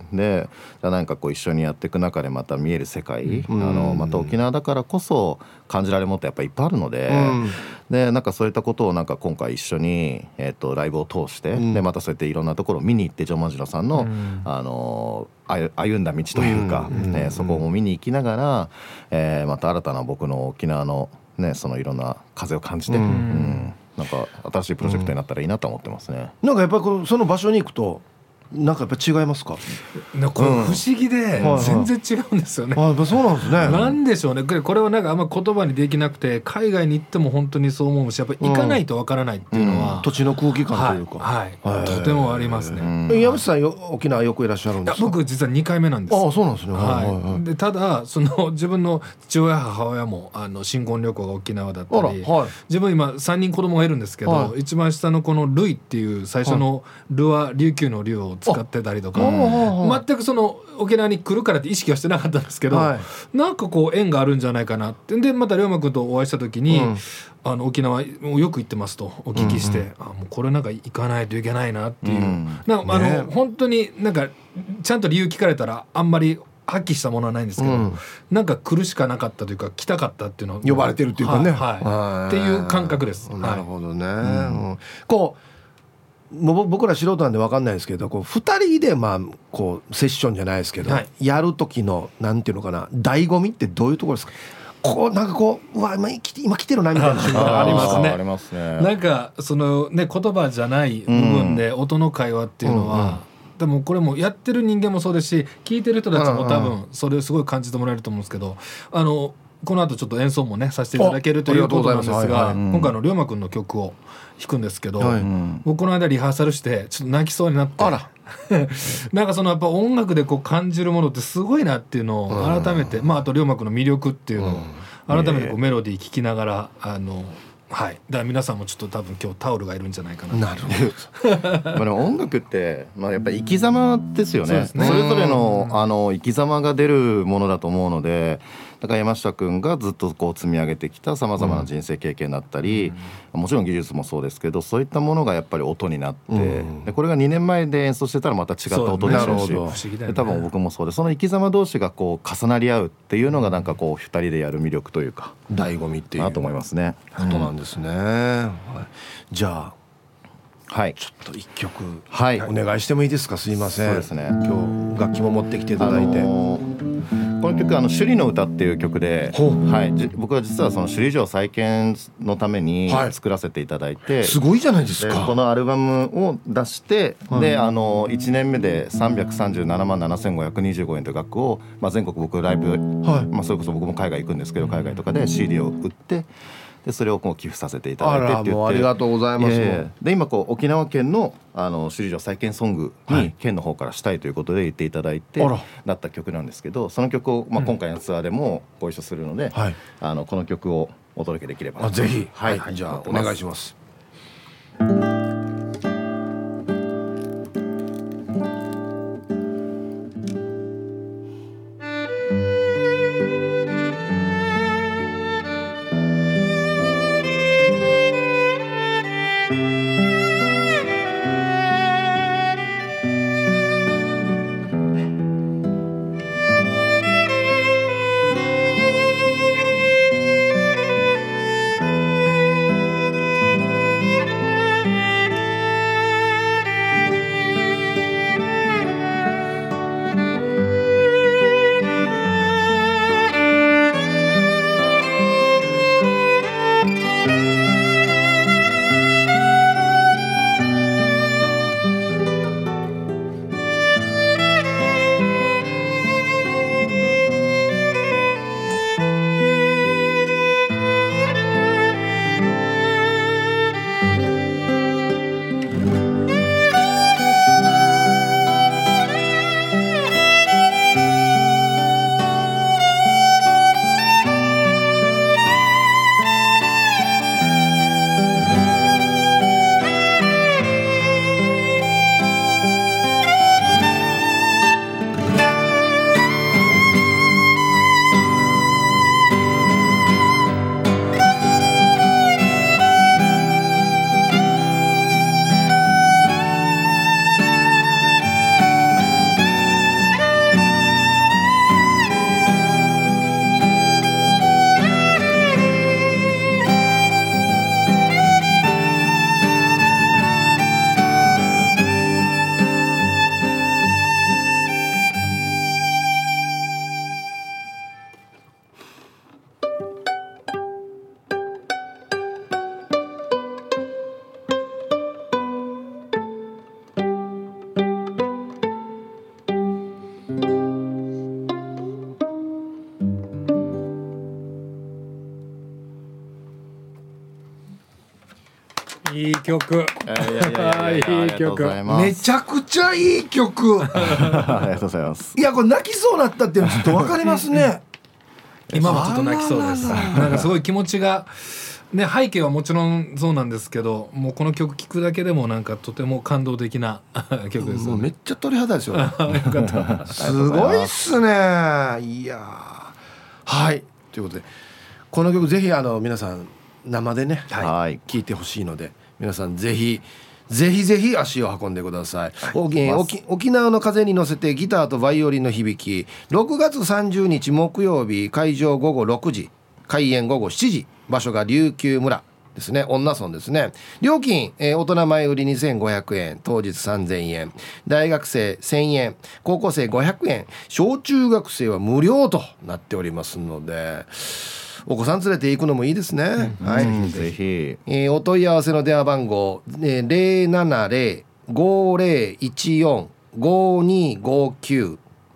[SPEAKER 3] でじゃあなんか一緒にやっていく中でまた見える世界、また沖縄だからこそ感じられるものってやっぱりいっぱいあるので、でなんかそういったことをなんか今回一緒に、ライブを通して、でまたそうやっていろんなところを見に行って、ジョン万次郎さんの、歩んだ道というか、そこも見に行きながら、また新たな僕の沖縄の、そのいろんな風を感じて、なんか新しいプロジェクトになったらいいなと思ってますね。
[SPEAKER 1] なんかやっぱりその場所に行くとなんかやっぱ違いますか。
[SPEAKER 2] これ不思議で全然違うんですよね。
[SPEAKER 1] やっぱそうなんですね。
[SPEAKER 2] なんでしょうね。これはなんかあんま言葉にできなくて、海外に行っても本当にそう思うし、やっぱり行かないとわからないっていうのは、
[SPEAKER 1] 土地の空気感というか、
[SPEAKER 2] とてもありますね。
[SPEAKER 1] 山下さん沖縄よくいらっしゃるんですか。
[SPEAKER 2] 僕実は2回目なんです。
[SPEAKER 1] そうなんですね。
[SPEAKER 2] でただ自分の父親母親も新婚旅行が沖縄だったり、自分今3人子供がいるんですけど、一番下のこのルイっていう最初のルは琉球の竜を使ってたりとか、全くその沖縄に来るからって意識はしてなかったんですけど、なんか縁があるんじゃないかなって。でまた龍馬君とお会いした時に、沖縄よく行ってますとお聞きして、もうこれなんか行かないといけないなっていう、本当になんかちゃんと理由聞かれたらあんまり揮したものはないんですけど、なんか来るしかなかったというか来たかったっていうのは
[SPEAKER 1] 呼ばれてるっていうかね、
[SPEAKER 2] っていう感覚です。
[SPEAKER 1] なるほどね、こうもう僕ら素人なんで分かんないですけど、こう2人でこうセッションじゃないですけど、やる時のなんていうのかな、醍醐味ってどういうところですか？こうなんかこう、うわ今来てるなみたいな瞬間ありますね。
[SPEAKER 3] ありますね。
[SPEAKER 2] なんかそのね、言葉じゃない部分で音の会話っていうのは、でもこれもやってる人間もそうですし、聞いてる人たちも多分それをすごい感じてもらえると思うんですけど、この後ちょっと演奏もねさせていただけるということなんですが、今回龍馬くんの曲を弾くんですけど、僕この間リハーサルしてちょっと泣きそうになって、なんかそのやっぱ音楽でこう感じるものってすごいなっていうのを改めて、あと龍馬くんの魅力っていうのを改めてこうメロディー聴きながらはい、だから皆さんもちょっと多分今日タオルがいるんじゃないかな。
[SPEAKER 1] なるほど。
[SPEAKER 3] でも音楽って、やっぱり生き様ですよね。それぞれの生き様が出るものだと思うので、だから山下くんがずっとこう積み上げてきたさまざまな人生経験だったり、もちろん技術もそうですけど、そういったものがやっぱり音になって、でこれが2年前で演奏してたらまた違った音でしょうし、で多分僕もそうで、その生き様同士がこう重なり合うっていうのがなんかこう2人でやる魅力というか
[SPEAKER 1] 醍醐味っていう
[SPEAKER 3] なと思いますね。
[SPEAKER 1] ことなんですね。じゃあちょっと一曲お願いしてもいいですか？すいません。
[SPEAKER 3] そうですね。
[SPEAKER 1] 今日楽器も持ってきていただいて、
[SPEAKER 3] この曲首里の歌っていう曲で、僕は実はその首里城再建のために作らせていただいて、
[SPEAKER 1] すごいじゃないですか。
[SPEAKER 3] このアルバムを出して、で1年目で337万7525円という額を、全国僕ライブ、それこそ僕も海外行くんですけど、海外とかで CD を売って、でそれをこう寄付させていただいてって言って、
[SPEAKER 1] もうありがとうございます。
[SPEAKER 3] で今こう沖縄県の首里城再建ソングに県の方からしたいということで言っていただいてなった曲なんですけど、その曲を今回のツアーでもご一緒するので、この曲をお届けできればなと。
[SPEAKER 1] ぜひ、じゃあお願いします。
[SPEAKER 2] いい曲。
[SPEAKER 3] いい曲。
[SPEAKER 1] めちゃくちゃいい曲。
[SPEAKER 3] ありがとうございます。
[SPEAKER 1] いやこれ泣きそうなったっていうのちょっと分かりますね。
[SPEAKER 2] 今もちょっと泣きそうです。なんかすごい気持ちがね、背景はもちろんそうなんですけど、もうこの曲聴くだけでもなんかとても感動的な曲です。
[SPEAKER 1] もうめっちゃ鳥肌ですよ。よかった。すごいっすね。いやはいということでこの曲ぜひ皆さん生でね聴いてほしいので、皆さんぜひぜひぜひ足を運んでください、沖縄の風に乗せてギターとバイオリンの響き、6月30日木曜日、会場午後6時、開演午後7時、場所が琉球村ですね、恩納村ですね。料金、大人前売り2500円、当日3000円、大学生1000円、高校生500円、小中学生は無料となっておりますので、お子さん連れて行くのもいいですね、はい、
[SPEAKER 3] ぜひ、
[SPEAKER 1] お問い合わせの電話番号、070-5014-5259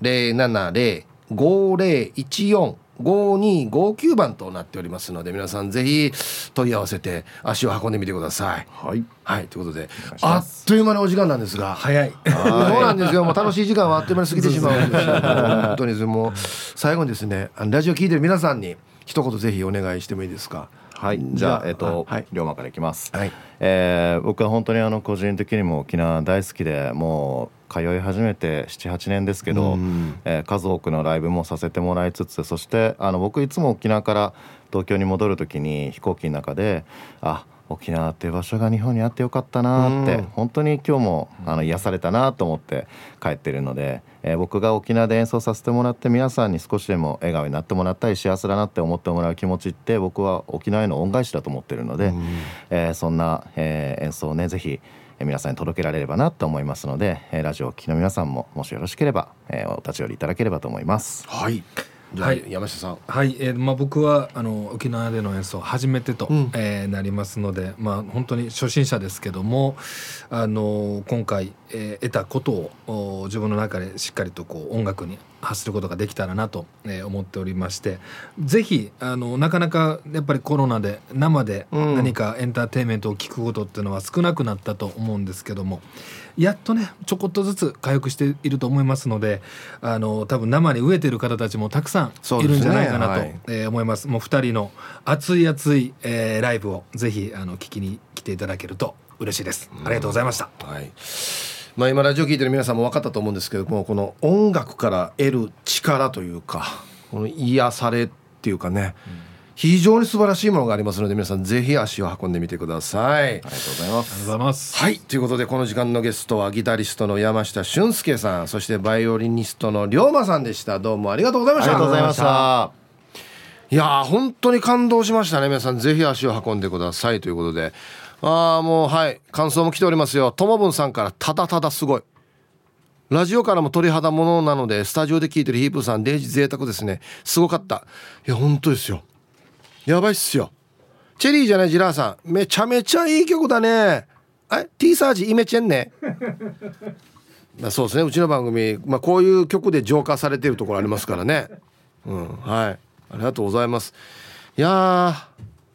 [SPEAKER 1] 070-5014-5259番となっておりますので、皆さんぜひ問い合わせて足を運んでみてください。
[SPEAKER 3] はい、
[SPEAKER 1] はい、ということであっという間のお時間なんですが、
[SPEAKER 2] 早い
[SPEAKER 1] そうなんですよ。もう楽しい時間はあっという間に過ぎてしまうんですよ本当に。もう最後にですね、ラジオ聞いてる皆さんに一言ぜひお願いしてもいいですか。
[SPEAKER 3] はい、じゃあ龍馬からいきます、
[SPEAKER 1] はい。
[SPEAKER 3] 僕は本当に個人的にも沖縄大好きで、もう通い始めて 7,8 年ですけど、数多くのライブもさせてもらいつつ、そして僕いつも沖縄から東京に戻るときに飛行機の中で、沖縄っていう場所が日本にあってよかったなって、本当に今日も癒されたなと思って帰ってるので、僕が沖縄で演奏させてもらって皆さんに少しでも笑顔になってもらったり幸せだなって思ってもらう気持ちって、僕は沖縄への恩返しだと思ってるので、そんな、演奏をねぜひ皆さんに届けられればなと思いますので、ラジオを聴きの皆さんももしよろしければ、お立ち寄りいただければと思います。
[SPEAKER 1] はい、はい、山下さん。
[SPEAKER 2] はい、僕は沖縄での演奏初めてと、なりますので、本当に初心者ですけども、今回、得たことを自分の中でしっかりと音楽に発することができたらなと、思っておりまして、ぜひなかなかやっぱりコロナで生で何かエンターテインメントを聞くことっていうのは少なくなったと思うんですけども、やっとねちょこっとずつ回復していると思いますので、多分生に飢えてる方たちもたくさんいるんじゃないかなと、思います。もう2人の熱い熱い、ライブをぜひ聞きに来ていただけると嬉しいです。ありがとうございました。
[SPEAKER 1] はい、今ラジオ聞いてる皆さんも分かったと思うんですけども、この音楽から得る力というか、この癒されっていうかね、非常に素晴らしいものがありますので、皆さんぜひ足を運んでみてください。ありがとう
[SPEAKER 3] ございます。
[SPEAKER 2] ありがとうございます。
[SPEAKER 1] はい、ということでこの時間のゲストはギタリストの山下俊介さん、そしてバイオリニストの龍馬さんでした。どうもありがとうございました。
[SPEAKER 3] ありがとうございました。
[SPEAKER 1] いや本当に感動しましたね。皆さんぜひ足を運んでくださいということで、もうはい感想も来ておりますよ。ともぶんさんから、ただただすごい、ラジオからも鳥肌ものなのでスタジオで聞いてるヒープさんデイジ贅沢ですね、すごかった。いや本当ですよ、やばいっすよ。チェリーじゃないジラーさん、めちゃめちゃいい曲だね。T サージイメチェンねそうですね、うちの番組、こういう曲で浄化されているところありますからね。はい、ありがとうございます。いやはい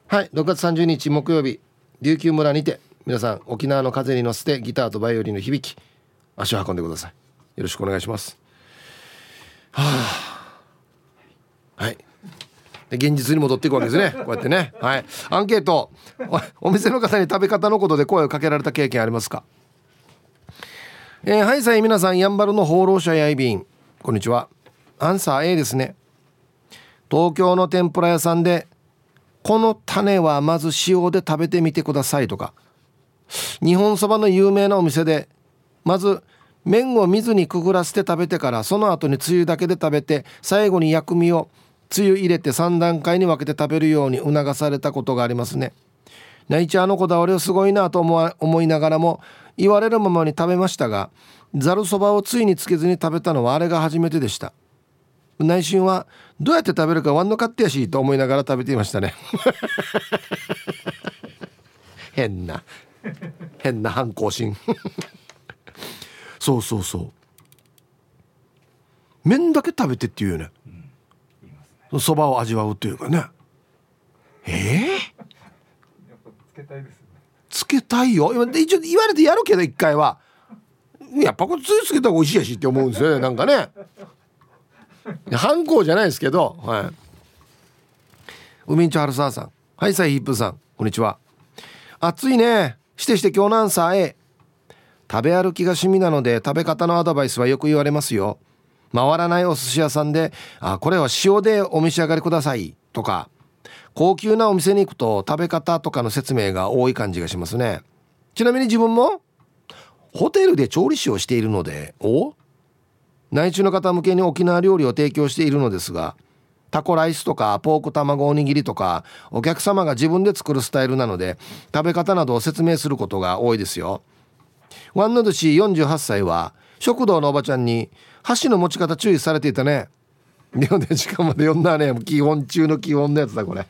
[SPEAKER 1] 、6月30日木曜日、琉球村にて皆さん沖縄の風に乗せてギターとバイオリンの響き、足を運んでください。よろしくお願いします。はい、で現実に戻っていくわけですねこうやってね。はい、アンケート、お店の方に食べ方のことで声をかけられた経験ありますか。はいさい、皆さん、やんばるの放浪者やいびん、こんにちは。アンサー A ですね。東京の天ぷら屋さんで、この種はまず塩で食べてみてくださいとか、日本そばの有名なお店でまず麺を水にくぐらせて食べてから、その後につゆだけで食べて、最後に薬味をつゆ入れて3段階に分けて食べるように促されたことがありますね。ナイチャーのこだわりをすごいなと思いながらも、言われるままに食べましたが、ざるそばをつゆにつけずに食べたのはあれが初めてでした。内心はどうやって食べるかワンの勝手やしと思いながら食べていましたね変な反抗心そう麺だけ食べてっていうよね、そばを味わうというかね。やっぱ
[SPEAKER 2] つけたいですよね。
[SPEAKER 1] つけたいよ。一応言われてやるけど、一回はやっぱこれつゆつけた方が美味しいやしって思うんですよね、なんかね。反抗じゃないですけど、はい。ウミンチョハルサーさん、はいさいヒップさん、こんにちは。暑いね。して今日のアンサー A。 食べ歩きが趣味なので食べ方のアドバイスはよく言われますよ。回らないお寿司屋さんで、これは塩でお召し上がりくださいとか、高級なお店に行くと食べ方とかの説明が多い感じがしますね。ちなみに自分もホテルで調理師をしているので、内地の方向けに沖縄料理を提供しているのですが、タコライスとかポーク卵おにぎりとかお客様が自分で作るスタイルなので、食べ方などを説明することが多いですよ。ワンノドシ48歳は食堂のおばちゃんに箸の持ち方注意されていたね。で時間まで読んだね。基本中の基本のやつだこれ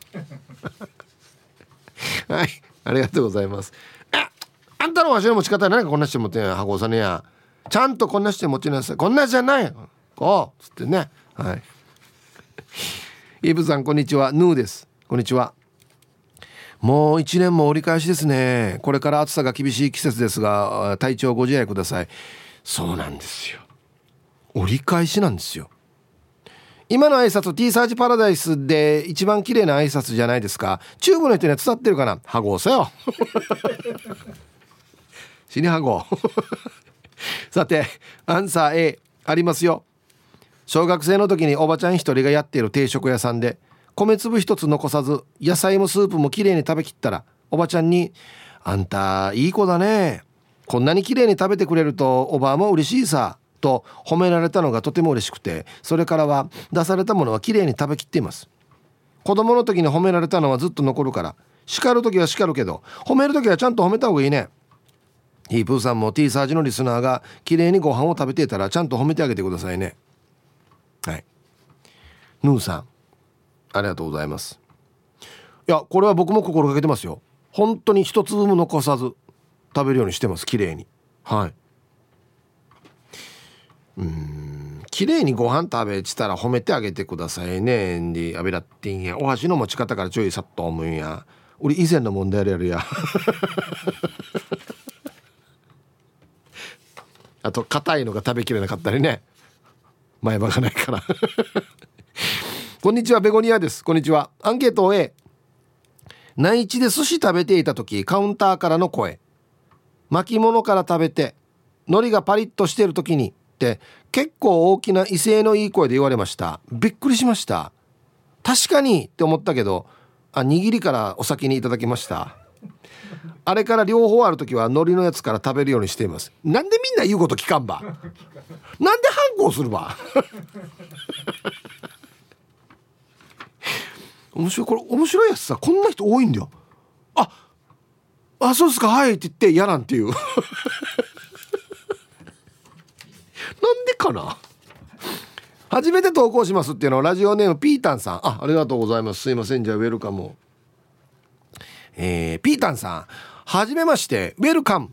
[SPEAKER 1] はい、ありがとうございます。あんたの箸の持ち方何かこんなして持ってんや、箱さねや、ちゃんとこんなして持ちなさい、こんなじゃないこうつってね。はい。イブさんこんにちは、ヌーです。こんにちは。もう1年も折り返しですね。これから暑さが厳しい季節ですが、体調ご自愛ください。そうなんですよ、折り返しなんですよ。今の挨拶 T サージパラダイスで一番綺麗な挨拶じゃないですか。チューブの人には伝わってるかな。ハゴーさよ死にハゴさてアンサー A ありますよ。小学生の時におばちゃん一人がやっている定食屋さんで、米粒一つ残さず野菜もスープもきれいに食べきったら、おばちゃんにあんたいい子だね、こんなにきれいに食べてくれるとおばあも嬉しいさと褒められたのがとても嬉しくて、それからは出されたものはきれいに食べきっています。子供の時に褒められたのはずっと残るから、叱る時は叱るけど褒める時はちゃんと褒めた方がいいね。ヒープーさんも T サージのリスナーがきれいにご飯を食べていたらちゃんと褒めてあげてくださいね。はい。ヌーさんありがとうございます。いやこれは僕も心がけてますよ。本当に一粒も残さず食べるようにしてます、きれいに。はい。きれいにご飯食べちたら褒めてあげてくださいね。んであべらってんや、お箸の持ち方から注意さっと思うんや。俺以前の問題やるやあと硬いのが食べきれなかったりね、前歯がないからこんにちはベゴニアです。こんにちは。アンケートを A。 内地で寿司食べていた時、カウンターからの声、巻物から食べて海苔がパリッとしている時にって結構大きな威勢のいい声で言われました。びっくりしました。確かにって思ったけど、握りからお先にいただきました。あれから両方ある時は海苔のやつから食べるようにしています。なんでみんな言うこと聞かんばなんで反抗するば面白い、これ面白いやつさ、こんな人多いんだよ。そうですか、はいって言ってやらんっていうなんでかな。初めて投稿しますっていうのはラジオネームピータンさん。ありがとうございます。すいません、じゃあウェルカムを。ピータンさんはじめまして、ウェルカム。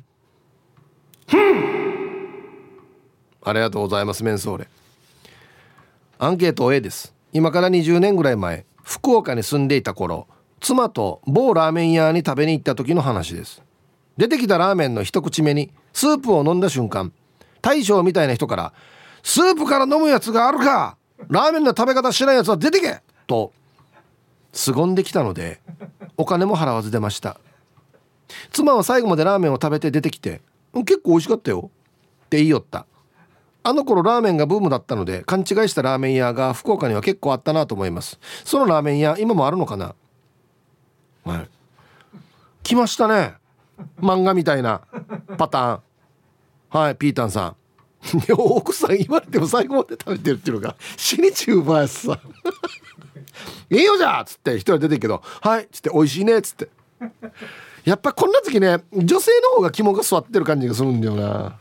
[SPEAKER 1] ありがとうございます。メンソーレ。アンケート A です。今から20年ぐらい前、福岡に住んでいた頃、妻と某ラーメン屋に食べに行った時の話です。出てきたラーメンの一口目にスープを飲んだ瞬間、大将みたいな人からスープから飲むやつがあるか、ラーメンの食べ方しないやつは出てけと凄んできたので、お金も払わず出ました。妻は最後までラーメンを食べて出てきて、結構美味しかったよって言いよった。あの頃ラーメンがブームだったので、勘違いしたラーメン屋が福岡には結構あったなと思います。そのラーメン屋今もあるのかな。はい、来ましたね、漫画みたいなパターン。はい、ピータンさん奥さん言われても最後まで食べてるっていうのが死にチューバーやつさいいよじゃあっつって一人出てるけど、はいっつって美味しいねっつって、やっぱこんな時ね、女性の方が肝が据わってる感じがするんだよな。はい、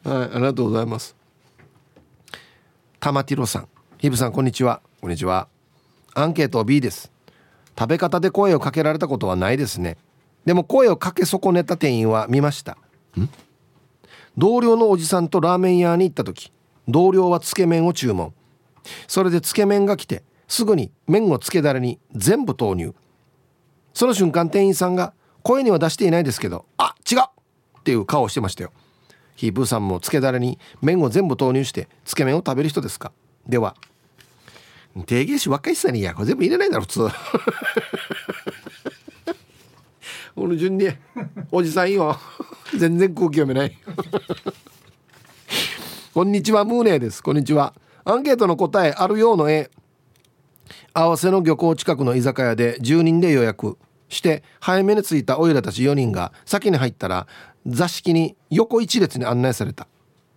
[SPEAKER 1] ありがとうございます。玉ティロさん、ヒブさんこんにちは。こんにちは。アンケート B です。食べ方で声をかけられたことはないですね。でも声をかけ損ねた店員は見ました。同僚のおじさんとラーメン屋に行った時、同僚はつけ麺を注文。それでつけ麺が来てすぐに麺をつけだれに全部投入。その瞬間店員さんが声には出していないですけど、違うっていう顔をしてましたよ。ヒープーさんもつけだれに麺を全部投入してつけ麺を食べる人ですか。では定義し若いさに、いやこれ全部入れないだろ普通この順におじさんいいよ全然空気読めないこんにちは、ムーネーです。こんにちは。アンケートの答えあるようの合わせの漁港近くの居酒屋で10人で予約。 して早めに着いたオイラたち4人が先に入ったら座敷に横一列に案内された。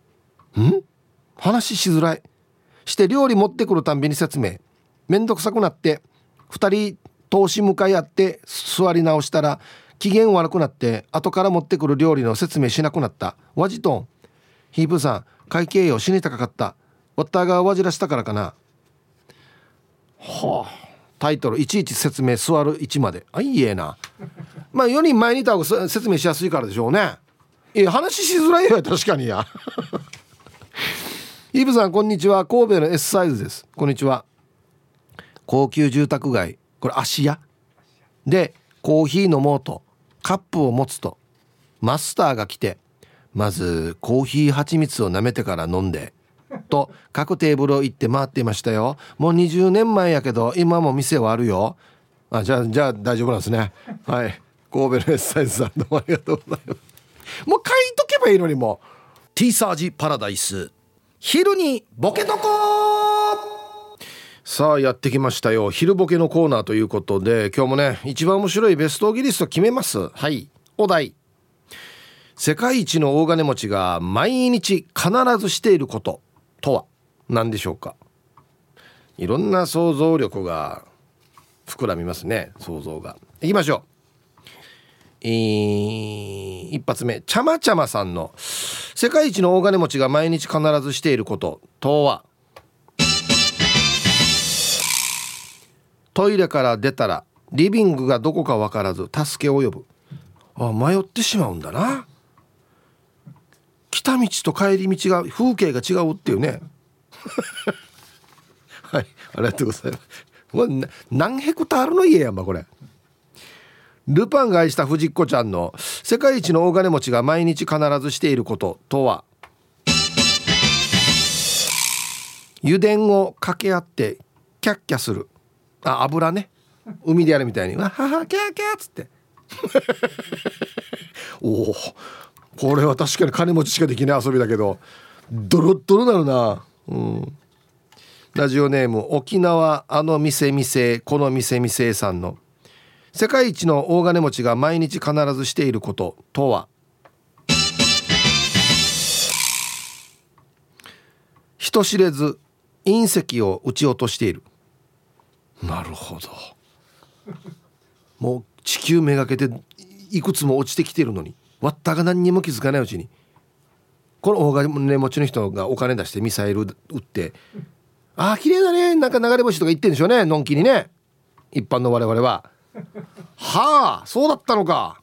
[SPEAKER 1] 話しづらいして料理持ってくるたんびに説明めんどくさくなって2人通し向かい合って座り直したら機嫌悪くなって後から持ってくる料理の説明しなくなった。ワジトンヒープーさん会計よ死に高かったワッターがわじらしたからかな。はあ、タイトルいちいち説明座る位置までいいえなまあ4人前にいた方が説明しやすいからでしょうね。いや話しづらいよ確かにやイブさんこんにちは神戸の S サイズです。こんにちは。高級住宅街これ芦屋でコーヒー飲もうとカップを持つとマスターが来てまずコーヒー蜂蜜を舐めてから飲んでと各テーブルを行って回っていましたよ。もう20年前やけど今も店はあるよ。じゃあ大丈夫なんですね。はい神戸の S サイズさんどうもありがとうございます。もう書いとけばいいのにもう T サージパラダイス昼にボケとこさあやってきましたよ昼ボケのコーナーということで今日もね一番面白いベストオギリスト決めます。はいお題世界一の大金持ちが毎日必ずしていることとは何でしょうか。いろんな想像力が膨らみますね。想像がいきましょう。一発目ちゃまちゃまさんの世界一の大金持ちが毎日必ずしていることとはトイレから出たらリビングがどこか分からず助けを呼ぶ。迷ってしまうんだな。来た道と帰り道が風景が違うっていうねはいありがとうございます。何ヘクタールの家やんばこれ。ルパンが愛した藤子ちゃんの世界一の大金持ちが毎日必ずしていることとは油田を掛け合ってキャッキャする。油ね海でやるみたいにわははキャーキャーっつっておおこれは確かに金持ちしかできない遊びだけどドロッドロなるな。ラジオネーム沖縄あの店店この店店さんの世界一の大金持ちが毎日必ずしていることとは人知れず隕石を撃ち落としている。なるほどもう地球めがけていくつも落ちてきてるのにワッタが何にも気づかないうちにこの大金持ちの人がお金出してミサイル撃って綺麗だねなんか流れ星とか言ってるんでしょうねのんきにね一般の我々ははあそうだったのか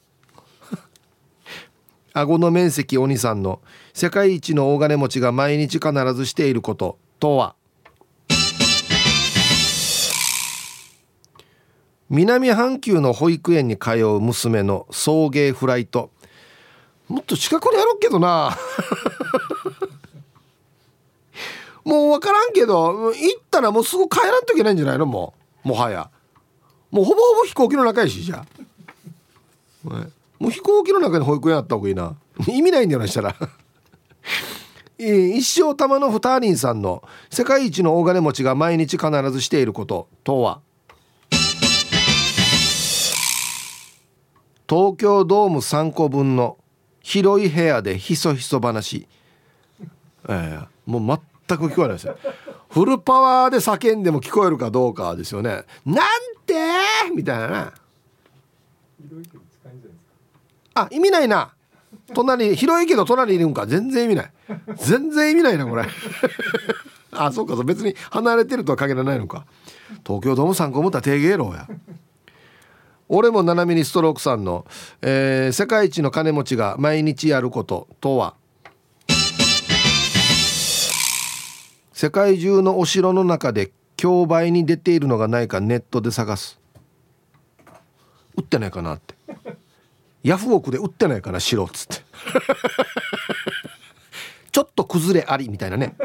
[SPEAKER 1] 顎の面積お兄さんの世界一の大金持ちが毎日必ずしていることとは南半球の保育園に通う娘の送迎フライト。もっと近くにあるけどなもう分からんけど行ったらもうすぐ帰らんといけないんじゃないの。もはやもうほぼほぼ飛行機の中やしじゃあ、もう飛行機の中に保育園あった方がいいな意味ないんだよなしたら一生玉のふたりんさんの世界一の大金持ちが毎日必ずしていることとは東京ドーム3個分の広い部屋でひそひそ話。もう全く聞こえないですよ。フルパワーで叫んでも聞こえるかどうかですよね。なんてみたいなね。意味ないな。広いけど隣にいるんか全然意味ない全然意味ないなこれそうか別に離れてるとは限らないのか。東京ドーム3個分ったら低芸能や俺も斜めにストロークさんの、世界一の金持ちが毎日やることとは世界中のお城の中で競売に出ているのがないかネットで探す。売ってないかなってヤフオクで売ってないかな城っつってちょっと崩れありみたいなね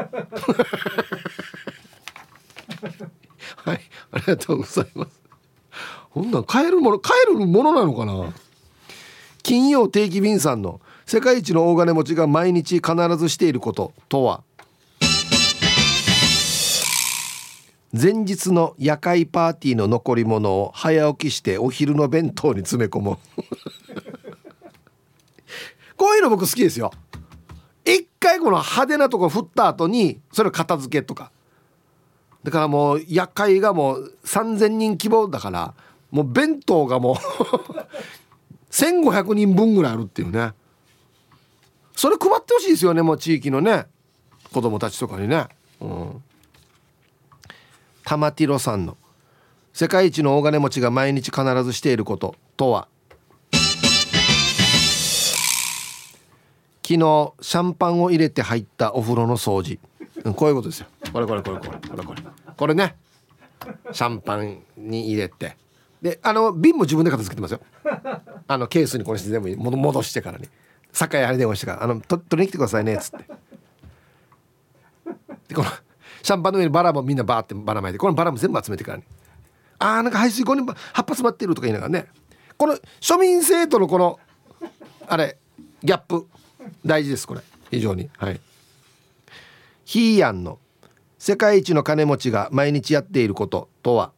[SPEAKER 1] はいありがとうございます。こんなん買えるものなのかな。金曜定期便さんの世界一の大金持ちが毎日必ずしていることとは前日の夜会パーティーの残り物を早起きしてお昼の弁当に詰め込むこういうの僕好きですよ。一回この派手なとこ振った後にそれを片付けとかだからもう夜会がもう3000人規模だからもう弁当がもう1500人分ぐらいあるっていうね。それ配ってほしいですよね。もう地域のね子供たちとかにね。玉ティロさんの世界一の大金持ちが毎日必ずしていることとは。昨日シャンパンを入れて入ったお風呂の掃除。こういうことですよ。これこれね、シャンパンに入れてで瓶も自分で片付けてますよ。ケースにこれして全部戻してからに酒屋に電話してから取りに来てくださいねっつってでこのシャンパンの上にバラもみんなバーってばらまいてこのバラも全部集めてからになんか排水溝に葉っぱ詰まってるとか言いながらね、この庶民性とのこのあれギャップ大事です。これ非常に。はい。ヒーヤンの世界一の金持ちが毎日やっていることとは。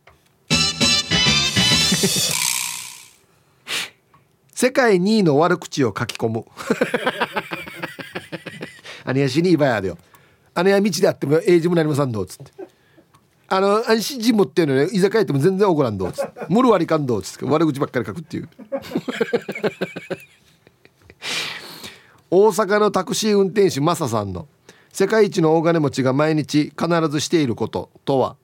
[SPEAKER 1] 世界2位の悪口を書き込むあれやしにいばやでよ、あれや道であっても英字もなりまさんどうつって安心人もっていうのね、居酒屋行っても全然怒らんどうつってムル割りかんどうつって悪口ばっかり書くっていう大阪のタクシー運転手マサさんの世界一の大金持ちが毎日必ずしていることとは。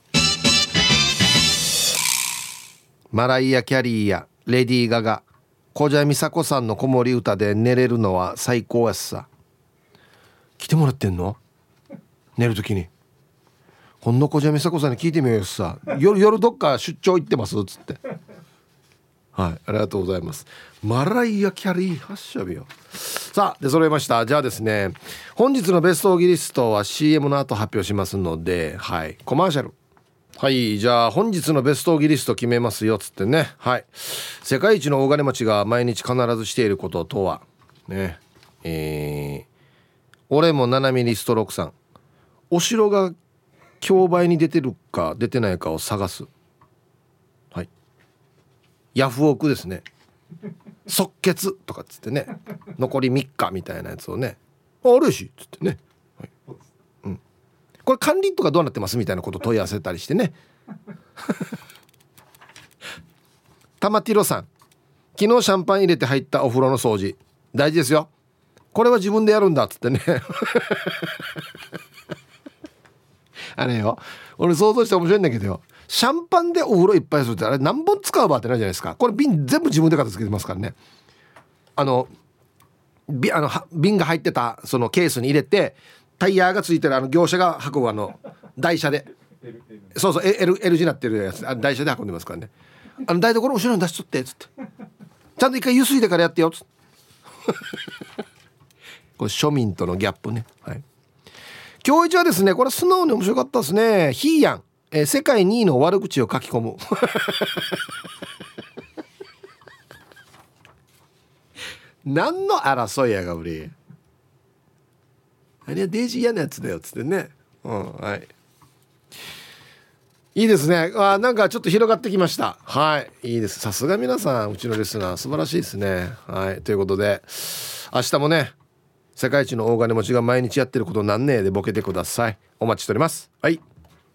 [SPEAKER 1] マライア・キャリーやレディー・ガガ、小蛇美佐子さんの子守歌で寝れるのは最高やっさ。来てもらってんの寝るときに今度小蛇美佐子さんに聞いてみようよさ、夜どっか出張行ってますっつってはい、ありがとうございます。マライア・キャリー発射日よ。さあ出揃いました。じゃあですね、本日のベストオギリストは CM の後発表しますので、はい、コマーシャル。はい、じゃあ本日のベストオギリスト決めますよっつってね。はい、世界一の大金持ちが毎日必ずしていることとはね。俺も7ミリストロークさん、お城が競売に出てるか出てないかを探す。はい、ヤフオクですね。即決とかっつってね、残り3日みたいなやつをね、あるしっつってね、はい、これ管理とかどうなってますみたいなこと問い合わせたりしてね玉ティロさん、昨日シャンパン入れて入ったお風呂の掃除大事ですよ。これは自分でやるんだっつってねあれよ、俺想像して面白いんだけどよ、シャンパンでお風呂いっぱいするってあれ何本使うばってないじゃないですか。これ瓶全部自分で片付けてますからね。瓶が入ってたそのケースに入れてタイヤがついてる業者が運ぶ台車でそうそう L 字になってるやつ台車で運んでますからね。台所後ろに出しとってっつってちゃんと一回湯水でからやってよっつってこれ庶民とのギャップね。はい、今日一はですね、これ素直に面白かったですね。ヒーヤン、世界2位の悪口を書き込む何の争いやがうれ、あれはデイジー嫌なやつだよっつってね。はい、いいですね。なんかちょっと広がってきました。はい、いいです。さすが皆さん、うちのリスナー素晴らしいですね。はい、ということで明日もね、世界一の大金持ちが毎日やってることなんねえでボケてください。お待ちしております。はい、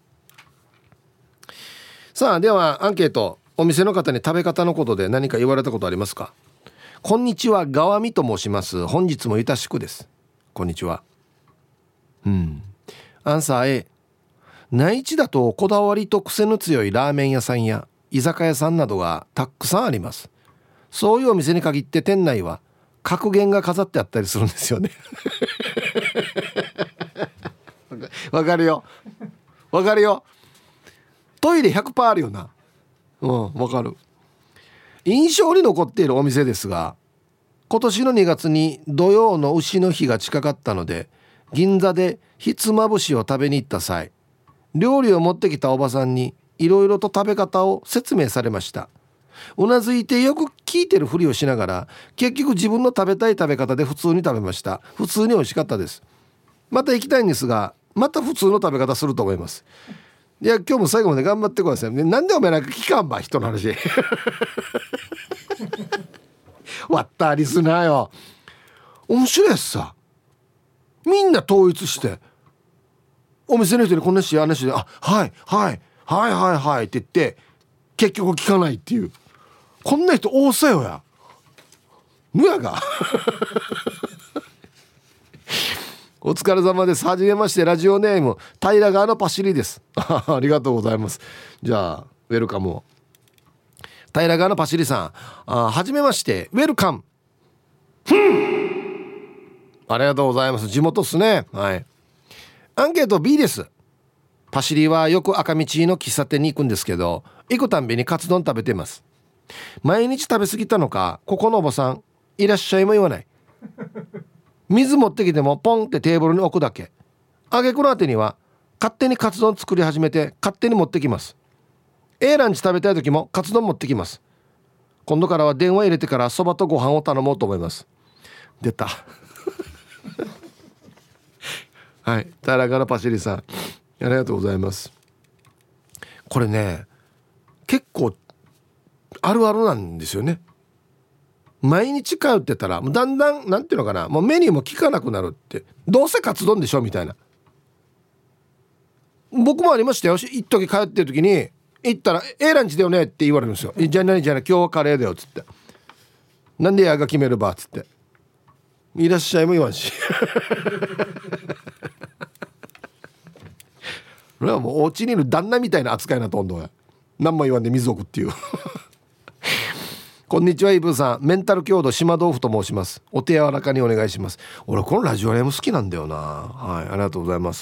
[SPEAKER 1] さあではアンケート、お店の方に食べ方のことで何か言われたことありますか。こんにちは、ガワミと申します。本日もゆたしくです。こんにちは。アンサー A、 内地だとこだわりと癖の強いラーメン屋さんや居酒屋さんなどがたくさんあります。そういうお店に限って店内は格言が飾ってあったりするんですよねわかるよわかるよ。トイレ 100% あるよな。わかる。印象に残っているお店ですが、今年の2月に土曜の牛の日が近かったので銀座でひつまぶしを食べに行った際、料理を持ってきたおばさんにいろいろと食べ方を説明されました。うなずいてよく聞いてるふりをしながら結局自分の食べたい食べ方で普通に食べました。普通に美味しかったです。また行きたいんですが、また普通の食べ方すると思います。 いや今日も最後まで頑張ってくださいね。なんでお前なんか聞かんば人の話わったりすなよ。面白いやつさ、みんな統一してお店の人にこんなしあんなしで、あはいはいはいはいはいって言って結局聞かないっていう、こんな人多さよやぬやがお疲れ様です。はじめまして。ラジオネーム平川のパシリですありがとうございます。じゃあウェルカムを。平川のパシリさん、はじめまして、ウェルカム。ありがとうございます。地元っすね。はい。アンケート B です。パシリはよく赤道の喫茶店に行くんですけど、行くたんびにカツ丼食べてます。毎日食べ過ぎたのか、ここのおばさんいらっしゃいも言わない。水持ってきてもポンってテーブルに置くだけ。挙句のあてには勝手にカツ丼作り始めて勝手に持ってきます。ランチ食べたい時もカツ丼持ってきます。今度からは電話入れてからそばとご飯を頼もうと思います。出たはい、タラガラパシリさんありがとうございます。これね結構あるあるなんですよね。毎日通ってたらだんだんなんていうのかな、もうメニューも聞かなくなるって、どうせカツ丼でしょみたいな。僕もありましたよ。一時通ってる時に行ったらランチだよねって言われるんですよ。じゃあ何じゃあ今日はカレーだよっつって、なんでやが決めるばっつって、いらっしゃいも言わんし俺はもうお家にいる旦那みたいな扱いなとんどや、何も言わんで水置くっていうこんにちはイブさん、メンタル強度島豆腐と申します。お手柔らかにお願いします。俺このラジオネーム好きなんだよな。はい、ありがとうございます。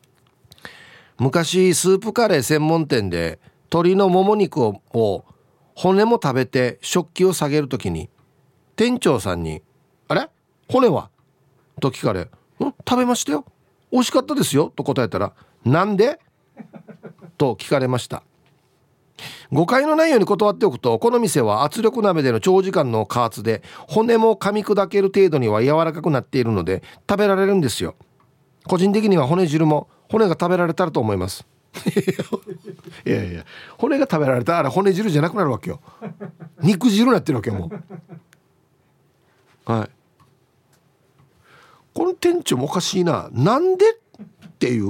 [SPEAKER 1] 昔スープカレー専門店で鶏のもも肉を骨も食べて食器を下げるときに店長さんにあれ骨はと聞かれ、食べましたよ、美味しかったですよと答えたら、なんでと聞かれました。誤解のないように断っておくと、この店は圧力鍋での長時間の加圧で骨も噛み砕ける程度には柔らかくなっているので食べられるんですよ。個人的には骨汁も骨が食べられたらと思いますいやいや、骨が食べられたらあれ骨汁じゃなくなるわけよ。肉汁になってるわけよもう。はい、この店長もおかしいな。なんでっていう、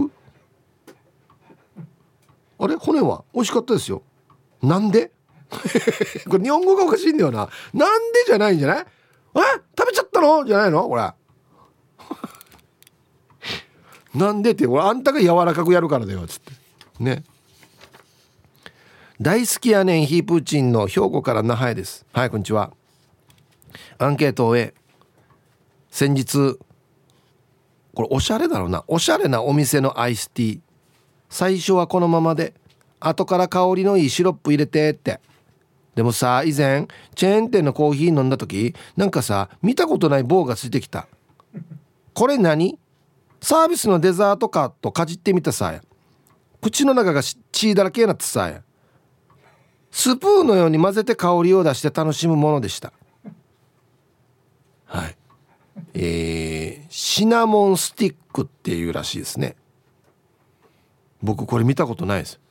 [SPEAKER 1] あれ骨は美味しかったですよ、なんでこれ日本語がおかしいんだよな。なんでじゃないんじゃない？食べちゃったのじゃないのこれなんでって、俺あんたが柔らかくやるからだよつってね。大好きやねんヒープーチンの兵庫から那覇へです。はい、こんにちは。アンケートを終え、先日これおしゃれだろうな、おしゃれなお店のアイスティー、最初はこのままで後から香りのいいシロップ入れてって。でもさ、以前チェーン店のコーヒー飲んだ時、なんかさ見たことない棒がついてきた。これ何？サービスのデザートかとかじってみたさや。口の中が血だらけになってさや。スプーンのように混ぜて香りを出して楽しむものでした。はい、シナモンスティックっていうらしいですね。僕これ見たことないです。